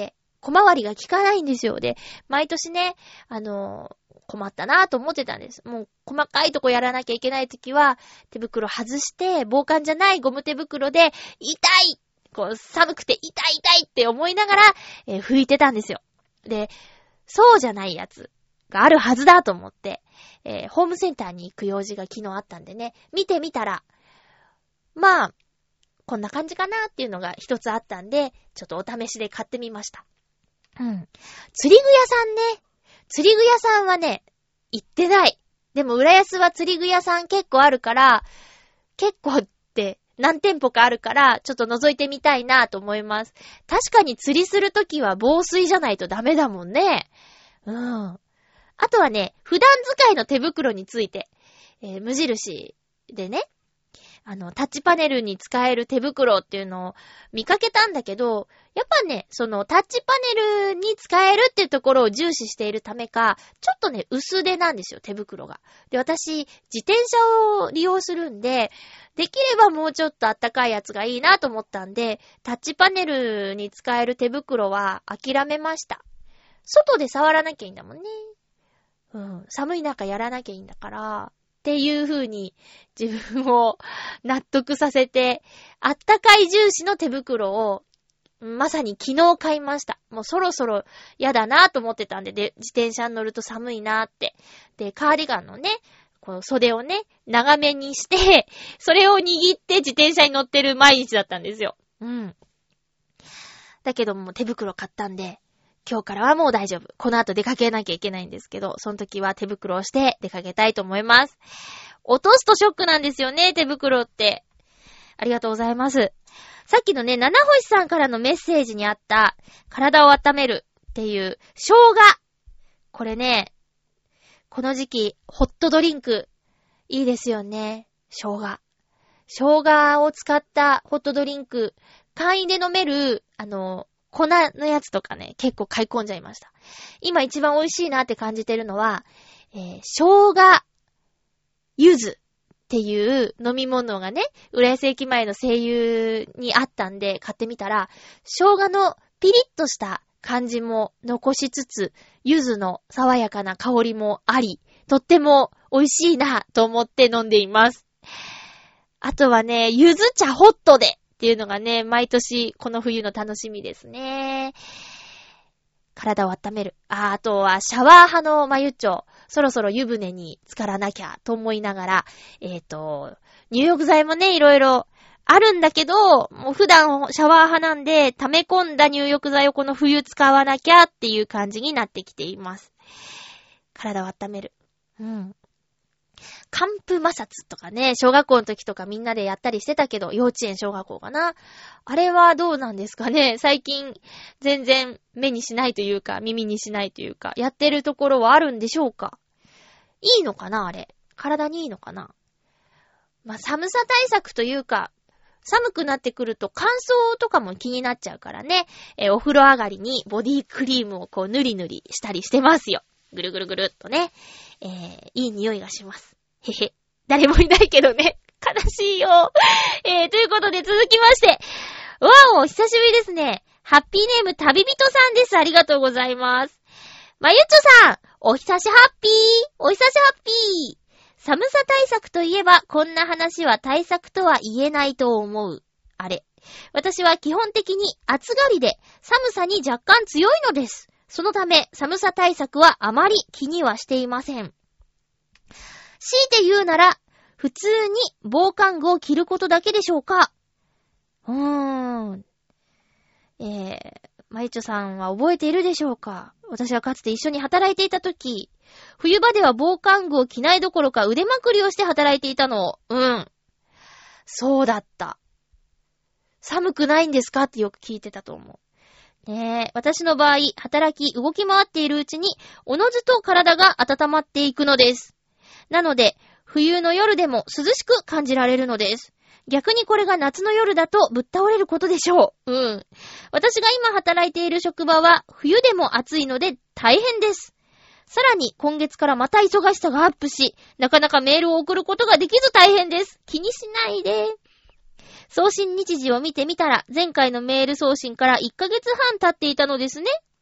小回りが効かないんですよ。で、毎年ね、あの、困ったなぁと思ってたんです。もう細かいとこやらなきゃいけないときは、手袋外して、防寒じゃないゴム手袋で、痛いこう、寒くて痛い痛いって思いながら、えー、拭いてたんですよ。で、そうじゃないやつがあるはずだと思って、えー、ホームセンターに行く用事が昨日あったんでね、見てみたら、まあ、こんな感じかなっていうのが一つあったんで、ちょっとお試しで買ってみました。うん。釣り具屋さんね。釣り具屋さんはね、行ってない。でも、浦安は釣り具屋さん結構あるから、結構って何店舗かあるから、ちょっと覗いてみたいなと思います。確かに釣りするときは防水じゃないとダメだもんね。うん。あとはね、普段使いの手袋について、えー、無印でね、あの、タッチパネルに使える手袋っていうのを見かけたんだけど、やっぱね、そのタッチパネルに使えるっていうところを重視しているためか、ちょっとね、薄手なんですよ、手袋が。で、私、自転車を利用するんで、できればもうちょっとあったかいやつがいいなと思ったんで、タッチパネルに使える手袋は諦めました。外で触らなきゃいいんだもんね。うん、寒い中やらなきゃいいんだから、っていう風に自分を納得させて、あったかい重視の手袋をまさに昨日買いました。もうそろそろやだなと思ってたんで、で、自転車に乗ると寒いなって。で、カーディガンのね、この袖をね、長めにして、それを握って自転車に乗ってる毎日だったんですよ。うん。だけども手袋買ったんで、今日からはもう大丈夫。この後出かけなきゃいけないんですけど、その時は手袋をして出かけたいと思います。落とすとショックなんですよね、手袋って。ありがとうございます。さっきのね、七星さんからのメッセージにあった、体を温めるっていう、生姜。これね、この時期、ホットドリンク、いいですよね。生姜。生姜を使ったホットドリンク、簡易で飲める、あの、粉のやつとかね、結構買い込んじゃいました。今一番美味しいなって感じてるのは、えー、生姜、柚子っていう飲み物がね、浦安駅前の声優にあったんで買ってみたら、生姜のピリッとした感じも残しつつ、柚子の爽やかな香りもあり、とっても美味しいなと思って飲んでいます。あとはね、柚子茶ホットでっていうのがね、毎年この冬の楽しみですね。体を温める。あ、あとはシャワー派のまゆっちょ。そろそろ湯船に浸からなきゃと思いながら、えっと、入浴剤もね、いろいろあるんだけど、もう普段シャワー派なんで、溜め込んだ入浴剤をこの冬使わなきゃっていう感じになってきています。体を温める。うん。寒風摩擦とかね、小学校の時とかみんなでやったりしてたけど、幼稚園小学校かな。あれはどうなんですかね。最近全然目にしないというか、耳にしないというか、やってるところはあるんでしょうか。いいのかなあれ。体にいいのかな。まあ、寒さ対策というか、寒くなってくると乾燥とかも気になっちゃうからね、えー、お風呂上がりにボディクリームをこう塗り塗りしたりしてますよ。ぐるぐるぐるっとね、えー、いい匂いがします。へへ。誰もいないけどね。悲しいよ。えー、ということで続きまして。わお、久しぶりですね。ハッピーネーム旅人さんです。ありがとうございます。まゆっちょさん、お久しハッピー。お久しハッピー。寒さ対策といえば、こんな話は対策とは言えないと思う。あれ。私は基本的に暑がりで、寒さに若干強いのです。そのため、寒さ対策はあまり気にはしていません。強いて言うなら、普通に防寒具を着ることだけでしょうか。うーん。えー、まゆちょさんは覚えているでしょうか。私はかつて一緒に働いていたとき、冬場では防寒具を着ないどころか腕まくりをして働いていたのを。うん。そうだった。寒くないんですかってよく聞いてたと思う。ねえ、私の場合、働き、動き回っているうちに、おのずと体が温まっていくのです。なので、冬の夜でも涼しく感じられるのです。逆にこれが夏の夜だとぶっ倒れることでしょう。うん。私が今働いている職場は冬でも暑いので大変です。さらに今月からまた忙しさがアップし、なかなかメールを送ることができず大変です。気にしないで。送信日時を見てみたら、前回のメール送信からいっかげつはん経っていたのですね。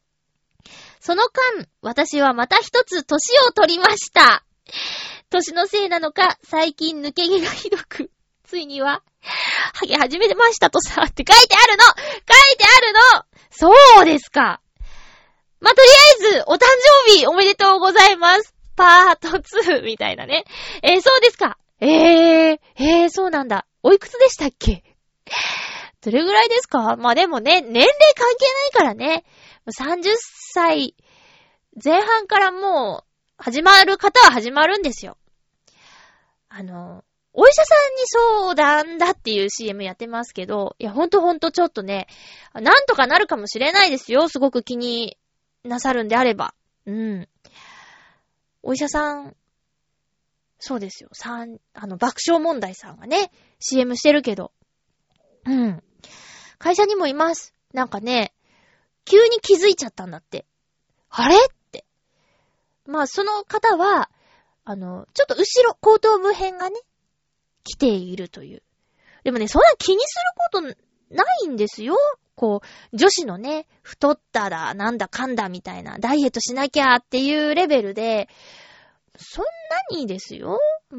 その間、私はまた一つ年を取りました。年のせいなのか、最近抜け毛がひどく、ついには、ハゲ始めましたとさ、って書いてあるの書いてあるのそうですか。まあ、とりあえず、お誕生日おめでとうございます。パートツーみたいなね。えー、そうですか。えー、えー、そうなんだ。おいくつでしたっけ？どれぐらいですか？まあ、でもね、年齢関係ないからね。さんじゅっさい前半からもう、始まる方は始まるんですよ。あの、お医者さんに相談だっていう シーエム やってますけど、いや、ほんとほんとちょっとね、なんとかなるかもしれないですよ。すごく気になさるんであれば。うん。お医者さん、そうですよ。三、あの、爆笑問題さんがね、シーエム してるけど。うん。会社にもいます。なんかね、急に気づいちゃったんだって。あれって。まあ、その方は、あの、ちょっと後ろ、後頭部辺がね、来ているという。でもね、そんな気にすることないんですよ。こう、女子のね、太っただ、なんだかんだみたいな、ダイエットしなきゃっていうレベルで、そんなにですよ。うん。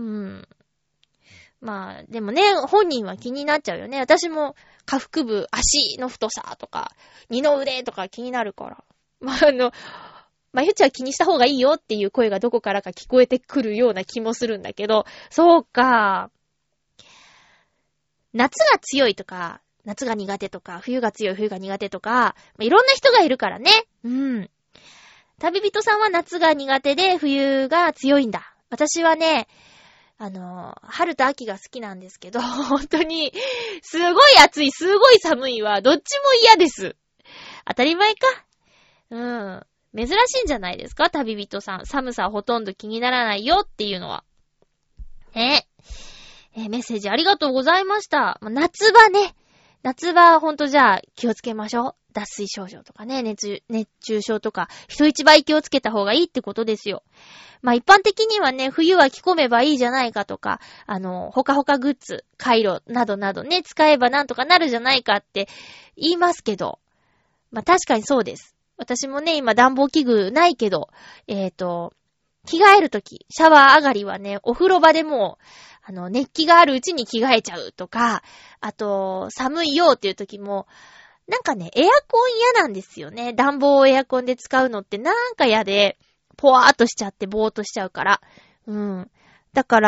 まあ、でもね、本人は気になっちゃうよね。私も、下腹部、足の太さとか、二の腕とか気になるから。まあ、あの、まあ、ゆっちは気にした方がいいよっていう声がどこからか聞こえてくるような気もするんだけど、そうか。夏が強いとか、夏が苦手とか、冬が強い、冬が苦手とか、まあ、いろんな人がいるからね。うん。旅人さんは夏が苦手で冬が強いんだ。私はね、あの、春と秋が好きなんですけど、本当に、すごい暑い、すごい寒いは、どっちも嫌です。当たり前か。うん。珍しいんじゃないですか、旅人さん。寒さはほとんど気にならないよっていうのは。ね。えー、メッセージありがとうございました。夏場ね。夏場ほんとじゃあ気をつけましょう。脱水症状とかね、熱、熱中症とか、人一倍気をつけた方がいいってことですよ。まあ一般的にはね、冬は着込めばいいじゃないかとか、あの、ほかほかグッズ、カイロなどなどね、使えばなんとかなるじゃないかって言いますけど、まあ確かにそうです。私もね、今暖房器具ないけど、えっと、着替えるとき、シャワー上がりはね、お風呂場でもう、あの、熱気があるうちに着替えちゃうとか、あと、寒いよっていうときも、なんかね、エアコン嫌なんですよね。暖房をエアコンで使うのってなんか嫌で、ポワーっとしちゃってぼーっとしちゃうから。うん。だから、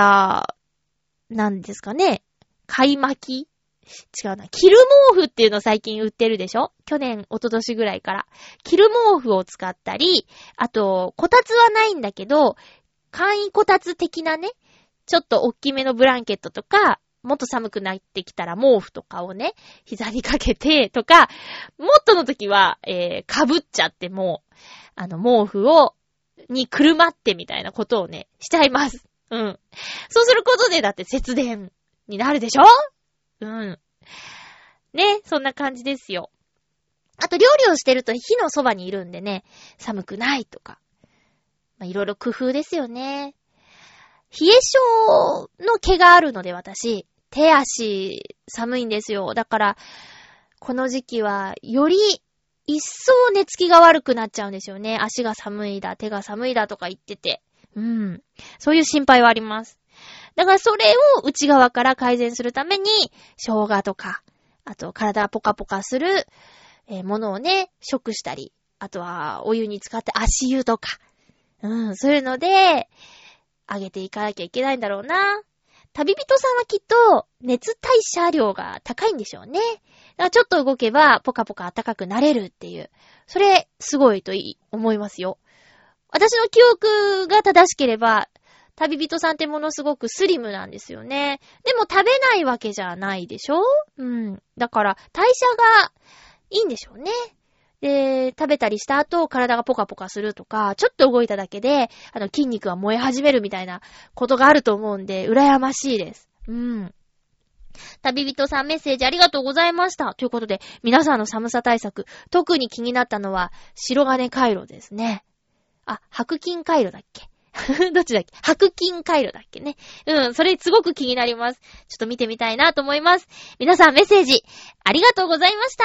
なんですかね。買い巻き違うな。着る毛布っていうの最近売ってるでしょ？去年、一昨年ぐらいから。着る毛布を使ったり、あと、こたつはないんだけど、簡易こたつ的なね、ちょっと大きめのブランケットとか、もっと寒くなってきたら毛布とかをね、膝にかけてとか、もっとの時は、えー、被っちゃっても、あの、毛布を、にくるまってみたいなことをね、しちゃいます。うん。そうすることで、だって節電になるでしょ？うん。ね、そんな感じですよ。あと、料理をしてると火のそばにいるんでね、寒くないとか。まあ、いろいろ工夫ですよね。冷え性の毛があるので私、手足寒いんですよ。だから、この時期はより一層寝つきが悪くなっちゃうんですよね。足が寒いだ、手が寒いだとか言ってて。うん。そういう心配はあります。だからそれを内側から改善するために、生姜とか、あと体ポカポカする、えー、ものをね、食したり、あとはお湯に使って足湯とか、うん、そういうので、上げていかなきゃいけないんだろうな。旅人さんはきっと熱代謝量が高いんでしょうね。だからちょっと動けばポカポカ暖かくなれるっていう。それすごいといい思いますよ。私の記憶が正しければ、旅人さんってものすごくスリムなんですよね。でも食べないわけじゃないでしょ？うん。だから代謝がいいんでしょうね。で、食べたりした後、体がポカポカするとか、ちょっと動いただけで、あの、筋肉が燃え始めるみたいなことがあると思うんで、羨ましいです。うん。旅人さんメッセージありがとうございました。ということで、皆さんの寒さ対策、特に気になったのは、白金回路ですね。あ、白金回路だっけどっちだっけ白金回路だっけね。うん、それすごく気になります。ちょっと見てみたいなと思います。皆さんメッセージ、ありがとうございました。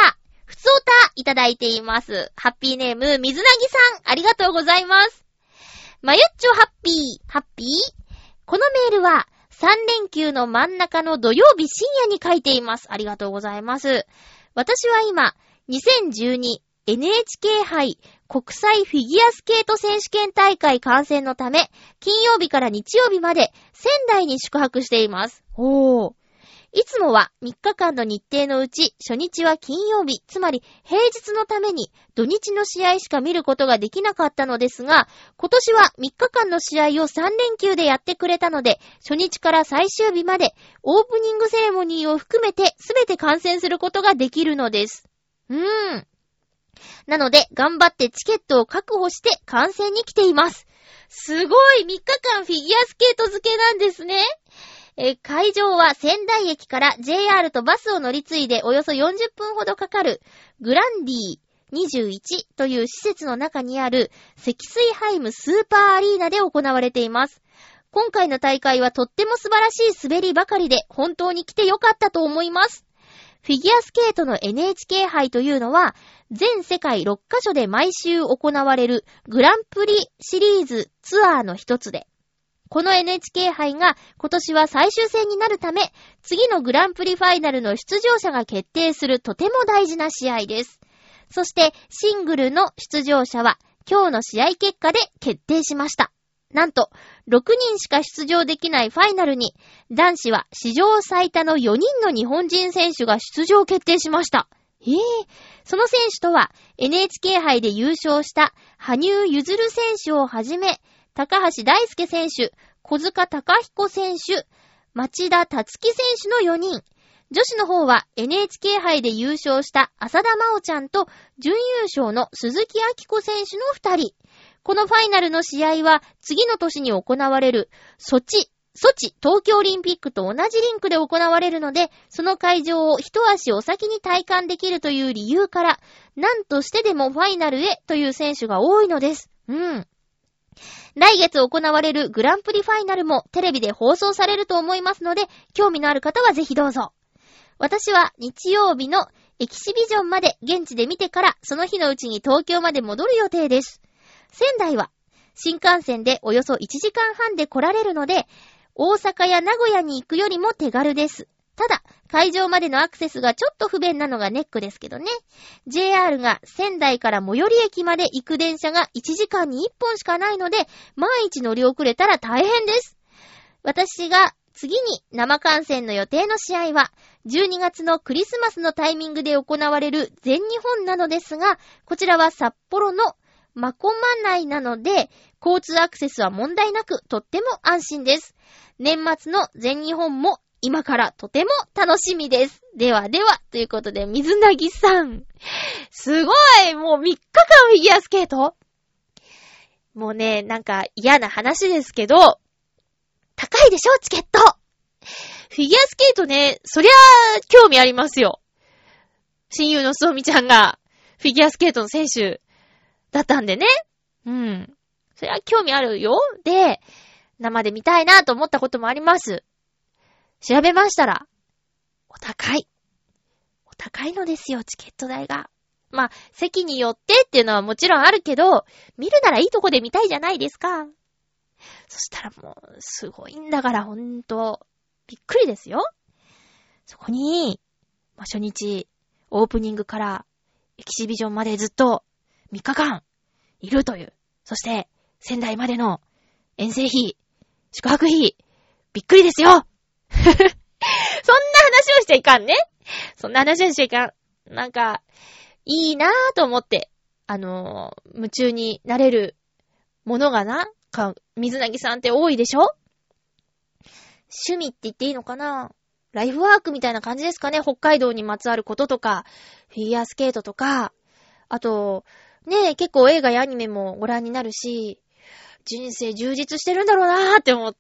ふつおたいただいています。ハッピーネーム、水なぎさん、ありがとうございます。まゆっちょハッピー、ハッピー。このメールは、さん連休の真ん中の土曜日深夜に書いています。ありがとうございます。私は今、にせんじゅうにエヌエイチケー 杯国際フィギュアスケート選手権大会観戦のため、金曜日から日曜日まで仙台に宿泊しています。おー。いつもはみっかかんの日程のうち、初日は金曜日、つまり平日のために土日の試合しか見ることができなかったのですが、今年はみっかかんの試合をさん連休でやってくれたので、初日から最終日までオープニングセレモニーを含めてすべて観戦することができるのです。うーん。なので、頑張ってチケットを確保して観戦に来ています。すごい !みっかかんフィギュアスケート漬けなんですね。えー、会場は仙台駅から ジェイアール とバスを乗り継いでおよそよんじゅっぷんほどかかるグランディにじゅういちという施設の中にある積水ハイムスーパーアリーナで行われています。今回の大会はとっても素晴らしい滑りばかりで本当に来てよかったと思います。フィギュアスケートの エヌエイチケー 杯というのは全世界ろっかしょで毎週行われるグランプリシリーズツアーの一つで、この エヌエイチケー 杯が今年は最終戦になるため、次のグランプリファイナルの出場者が決定するとても大事な試合です。そしてシングルの出場者は今日の試合結果で決定しました。なんとろくにんしか出場できないファイナルに、男子は史上最多のよにんの日本人選手が出場決定しました。ええー、その選手とは エヌエイチケー 杯で優勝した羽生結弦選手をはじめ、高橋大輔選手、小塚隆彦選手、町田達樹選手のよにん。女子の方は エヌエイチケー 杯で優勝した浅田真央ちゃんと準優勝の鈴木明子選手のふたり。このファイナルの試合は次の年に行われるソチ、ソチ東京オリンピックと同じリンクで行われるので、その会場を一足お先に体感できるという理由から、何としてでもファイナルへという選手が多いのです。うん。来月行われるグランプリファイナルもテレビで放送されると思いますので、興味のある方はぜひどうぞ。私は日曜日のエキシビジョンまで現地で見てから、その日のうちに東京まで戻る予定です。仙台は新幹線でおよそいちじかんはんで来られるので、大阪や名古屋に行くよりも手軽です。ただ、会場までのアクセスがちょっと不便なのがネックですけどね。ジェイアール が仙台から最寄り駅まで行く電車がいちじかんにいっぽんしかないので、万一乗り遅れたら大変です。私が次に生観戦の予定の試合は、じゅうにがつのクリスマスのタイミングで行われる全日本なのですが、こちらは札幌の真駒内なので、交通アクセスは問題なくとっても安心です。年末の全日本も今からとても楽しみです。ではでは、ということで、水なぎさん。すごい！もうみっかかんフィギュアスケート？もうね、なんか嫌な話ですけど、高いでしょ、チケット！フィギュアスケートね、そりゃあ興味ありますよ。親友のすおみちゃんがフィギュアスケートの選手だったんでね。うん。そりゃ興味あるよ。で、生で見たいなと思ったこともあります。調べましたら、お高い。お高いのですよ、チケット代が。まあ、席によってっていうのはもちろんあるけど、見るならいいとこで見たいじゃないですか。そしたらもう、すごいんだからほんと、びっくりですよ。そこに、まあ、初日、オープニングからエキシビジョンまでずっとみっかかんいるという。そして、仙台までの遠征費、宿泊費、びっくりですよ。そんな話をしちゃいかんね。そんな話をしちゃいかん。なんか、いいなぁと思って、あのー、夢中になれるものがな、か、水なぎさんって多いでしょ？趣味って言っていいのかな？ライフワークみたいな感じですかね。北海道にまつわることとか、フィギュアスケートとか、あと、ねえ、結構映画やアニメもご覧になるし、人生充実してるんだろうなーって思って。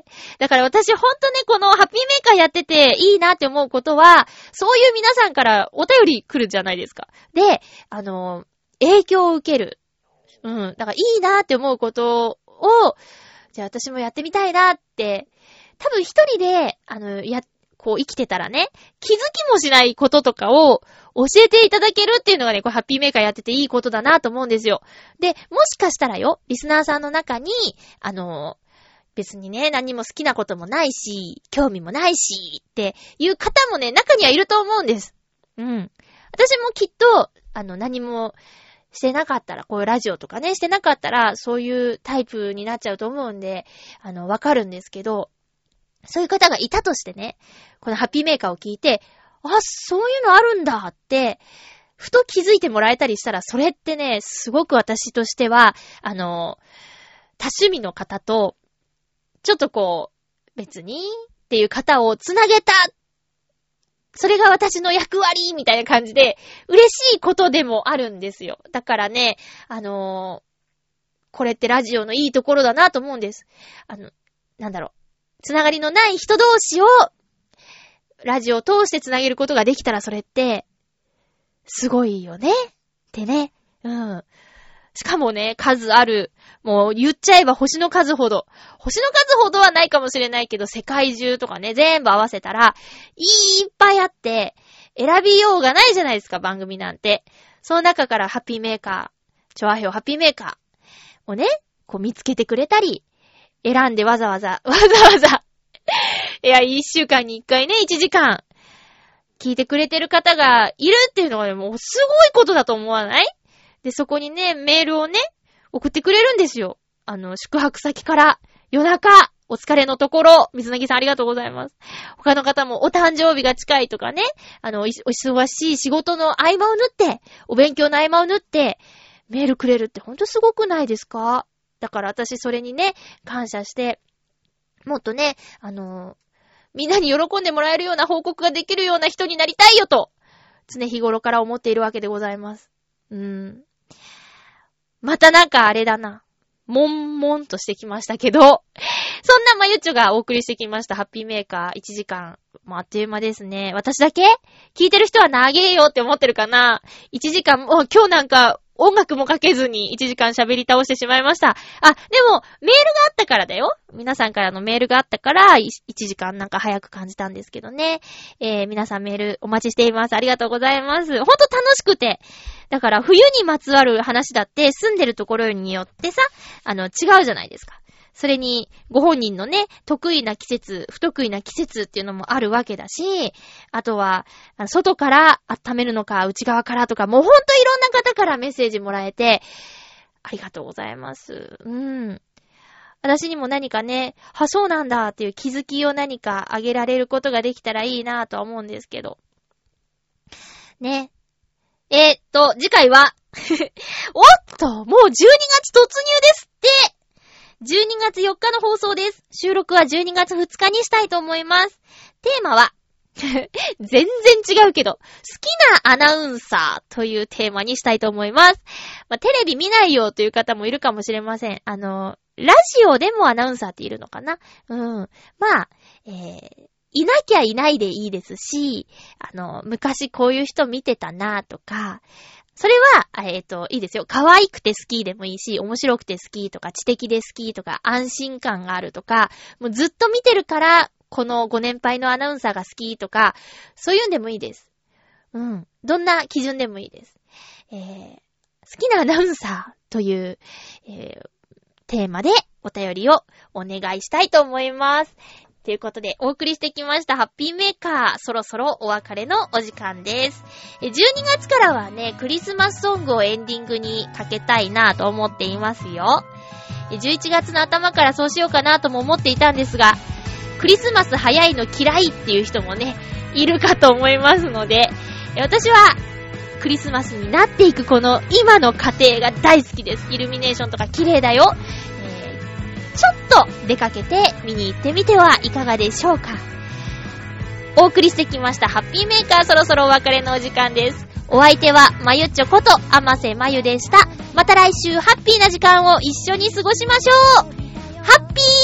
だから私ほんとね、このハッピーメーカーやってていいなって思うことは、そういう皆さんからお便り来るじゃないですか。で、あの、影響を受ける。うん。だからいいなって思うことを、じゃあ私もやってみたいなって、多分一人で、あの、や、 こう生きてたらね、気づきもしないこととかを教えていただけるっていうのがね、これハッピーメーカーやってていいことだなと思うんですよ。で、もしかしたらよ、リスナーさんの中に、あの、別にね、何も好きなこともないし、興味もないし、っていう方もね、中にはいると思うんです。うん。私もきっと、あの、何もしてなかったら、こういうラジオとかね、してなかったら、そういうタイプになっちゃうと思うんで、あの、わかるんですけど、そういう方がいたとしてね、このハッピーメーカーを聞いて、あ、そういうのあるんだって、ふと気づいてもらえたりしたら、それってね、すごく私としては、あの、多趣味の方と、ちょっとこう、別にっていう方をつなげた。それが私の役割みたいな感じで、嬉しいことでもあるんですよ。だからね、あの、これってラジオのいいところだなと思うんです。あの、なんだろう。つながりのない人同士を、ラジオを通してつなげることができたらそれって、すごいよね。ってね。うん。しかもね、数ある。もう言っちゃえば星の数ほど。星の数ほどはないかもしれないけど、世界中とかね、全部合わせたら、いっぱいあって、選びようがないじゃないですか、番組なんて。その中からハッピーメーカー、チョアヘオハッピーメーカーをね、こう見つけてくれたり、選んでわざわざ、わざわざ、いや、一週間に一回ね、一時間、聞いてくれてる方がいるっていうのがね、もうすごいことだと思わない？で、そこにね、メールをね、送ってくれるんですよ。あの、宿泊先から、夜中、お疲れのところ、水なぎさんありがとうございます。他の方もお誕生日が近いとかね、あの、お忙しい仕事の合間を縫って、お勉強の合間を縫って、メールくれるってほんとすごくないですか？だから私それにね、感謝して、もっとね、あの、みんなに喜んでもらえるような報告ができるような人になりたいよと、常日頃から思っているわけでございます。うーん。またなんかあれだな。悶々としてきましたけど、そんなまゆっちょがお送りしてきましたハッピーメーカーいちじかん。もうあっという間ですね。私だけ聞いてる人は長えよって思ってるかな？ いち 時間、もう今日なんか音楽もかけずにいちじかん喋り倒してしまいました。あ、でもメールがあったからだよ。皆さんからのメールがあったからいちじかんなんか早く感じたんですけどね。えー、皆さんメールお待ちしています。ありがとうございます。ほんと楽しくて。だから冬にまつわる話だって住んでるところによってさ、あの違うじゃないですか。それにご本人のね、得意な季節、不得意な季節っていうのもあるわけだし、あとは外から温めるのか内側からとか、もうほんといろんな方からメッセージもらえてありがとうございます。うん。私にも何かね、あ、そうなんだっていう気づきを何かあげられることができたらいいなとは思うんですけど。ね。えー、っと、次回は、おっと、もうじゅうにがつ突入ですって。じゅうにがつよっかの放送です。収録はじゅうにがつふつかにしたいと思います。テーマは、全然違うけど、好きなアナウンサーというテーマにしたいと思います。まあ、テレビ見ないよという方もいるかもしれません。あの、ラジオでもアナウンサーっているのかな？うん。まあ、えー、いなきゃいないでいいですし、あの、昔こういう人見てたなとか、それは、えっと、いいですよ。可愛くて好きでもいいし、面白くて好きとか、知的で好きとか、安心感があるとか、もうずっと見てるから、このご年配のアナウンサーが好きとか、そういうんでもいいです。うん。どんな基準でもいいです。えー、好きなアナウンサーという、えー、テーマでお便りをお願いしたいと思います。ということで、お送りしてきましたハッピーメーカー、そろそろお別れのお時間です。じゅうにがつからはね、クリスマスソングをエンディングにかけたいなと思っていますよ。じゅういちがつの頭からそうしようかなとも思っていたんですが、クリスマス早いの嫌いっていう人もね、いるかと思いますので、私はクリスマスになっていくこの今の過程が大好きです。イルミネーションとか綺麗だよ。ちょっと出かけて見に行ってみてはいかがでしょうか。お送りしてきましたハッピーメーカー、そろそろお別れのお時間です。お相手はまゆっちょことあませまゆでした。また来週ハッピーな時間を一緒に過ごしましょう。ハッピー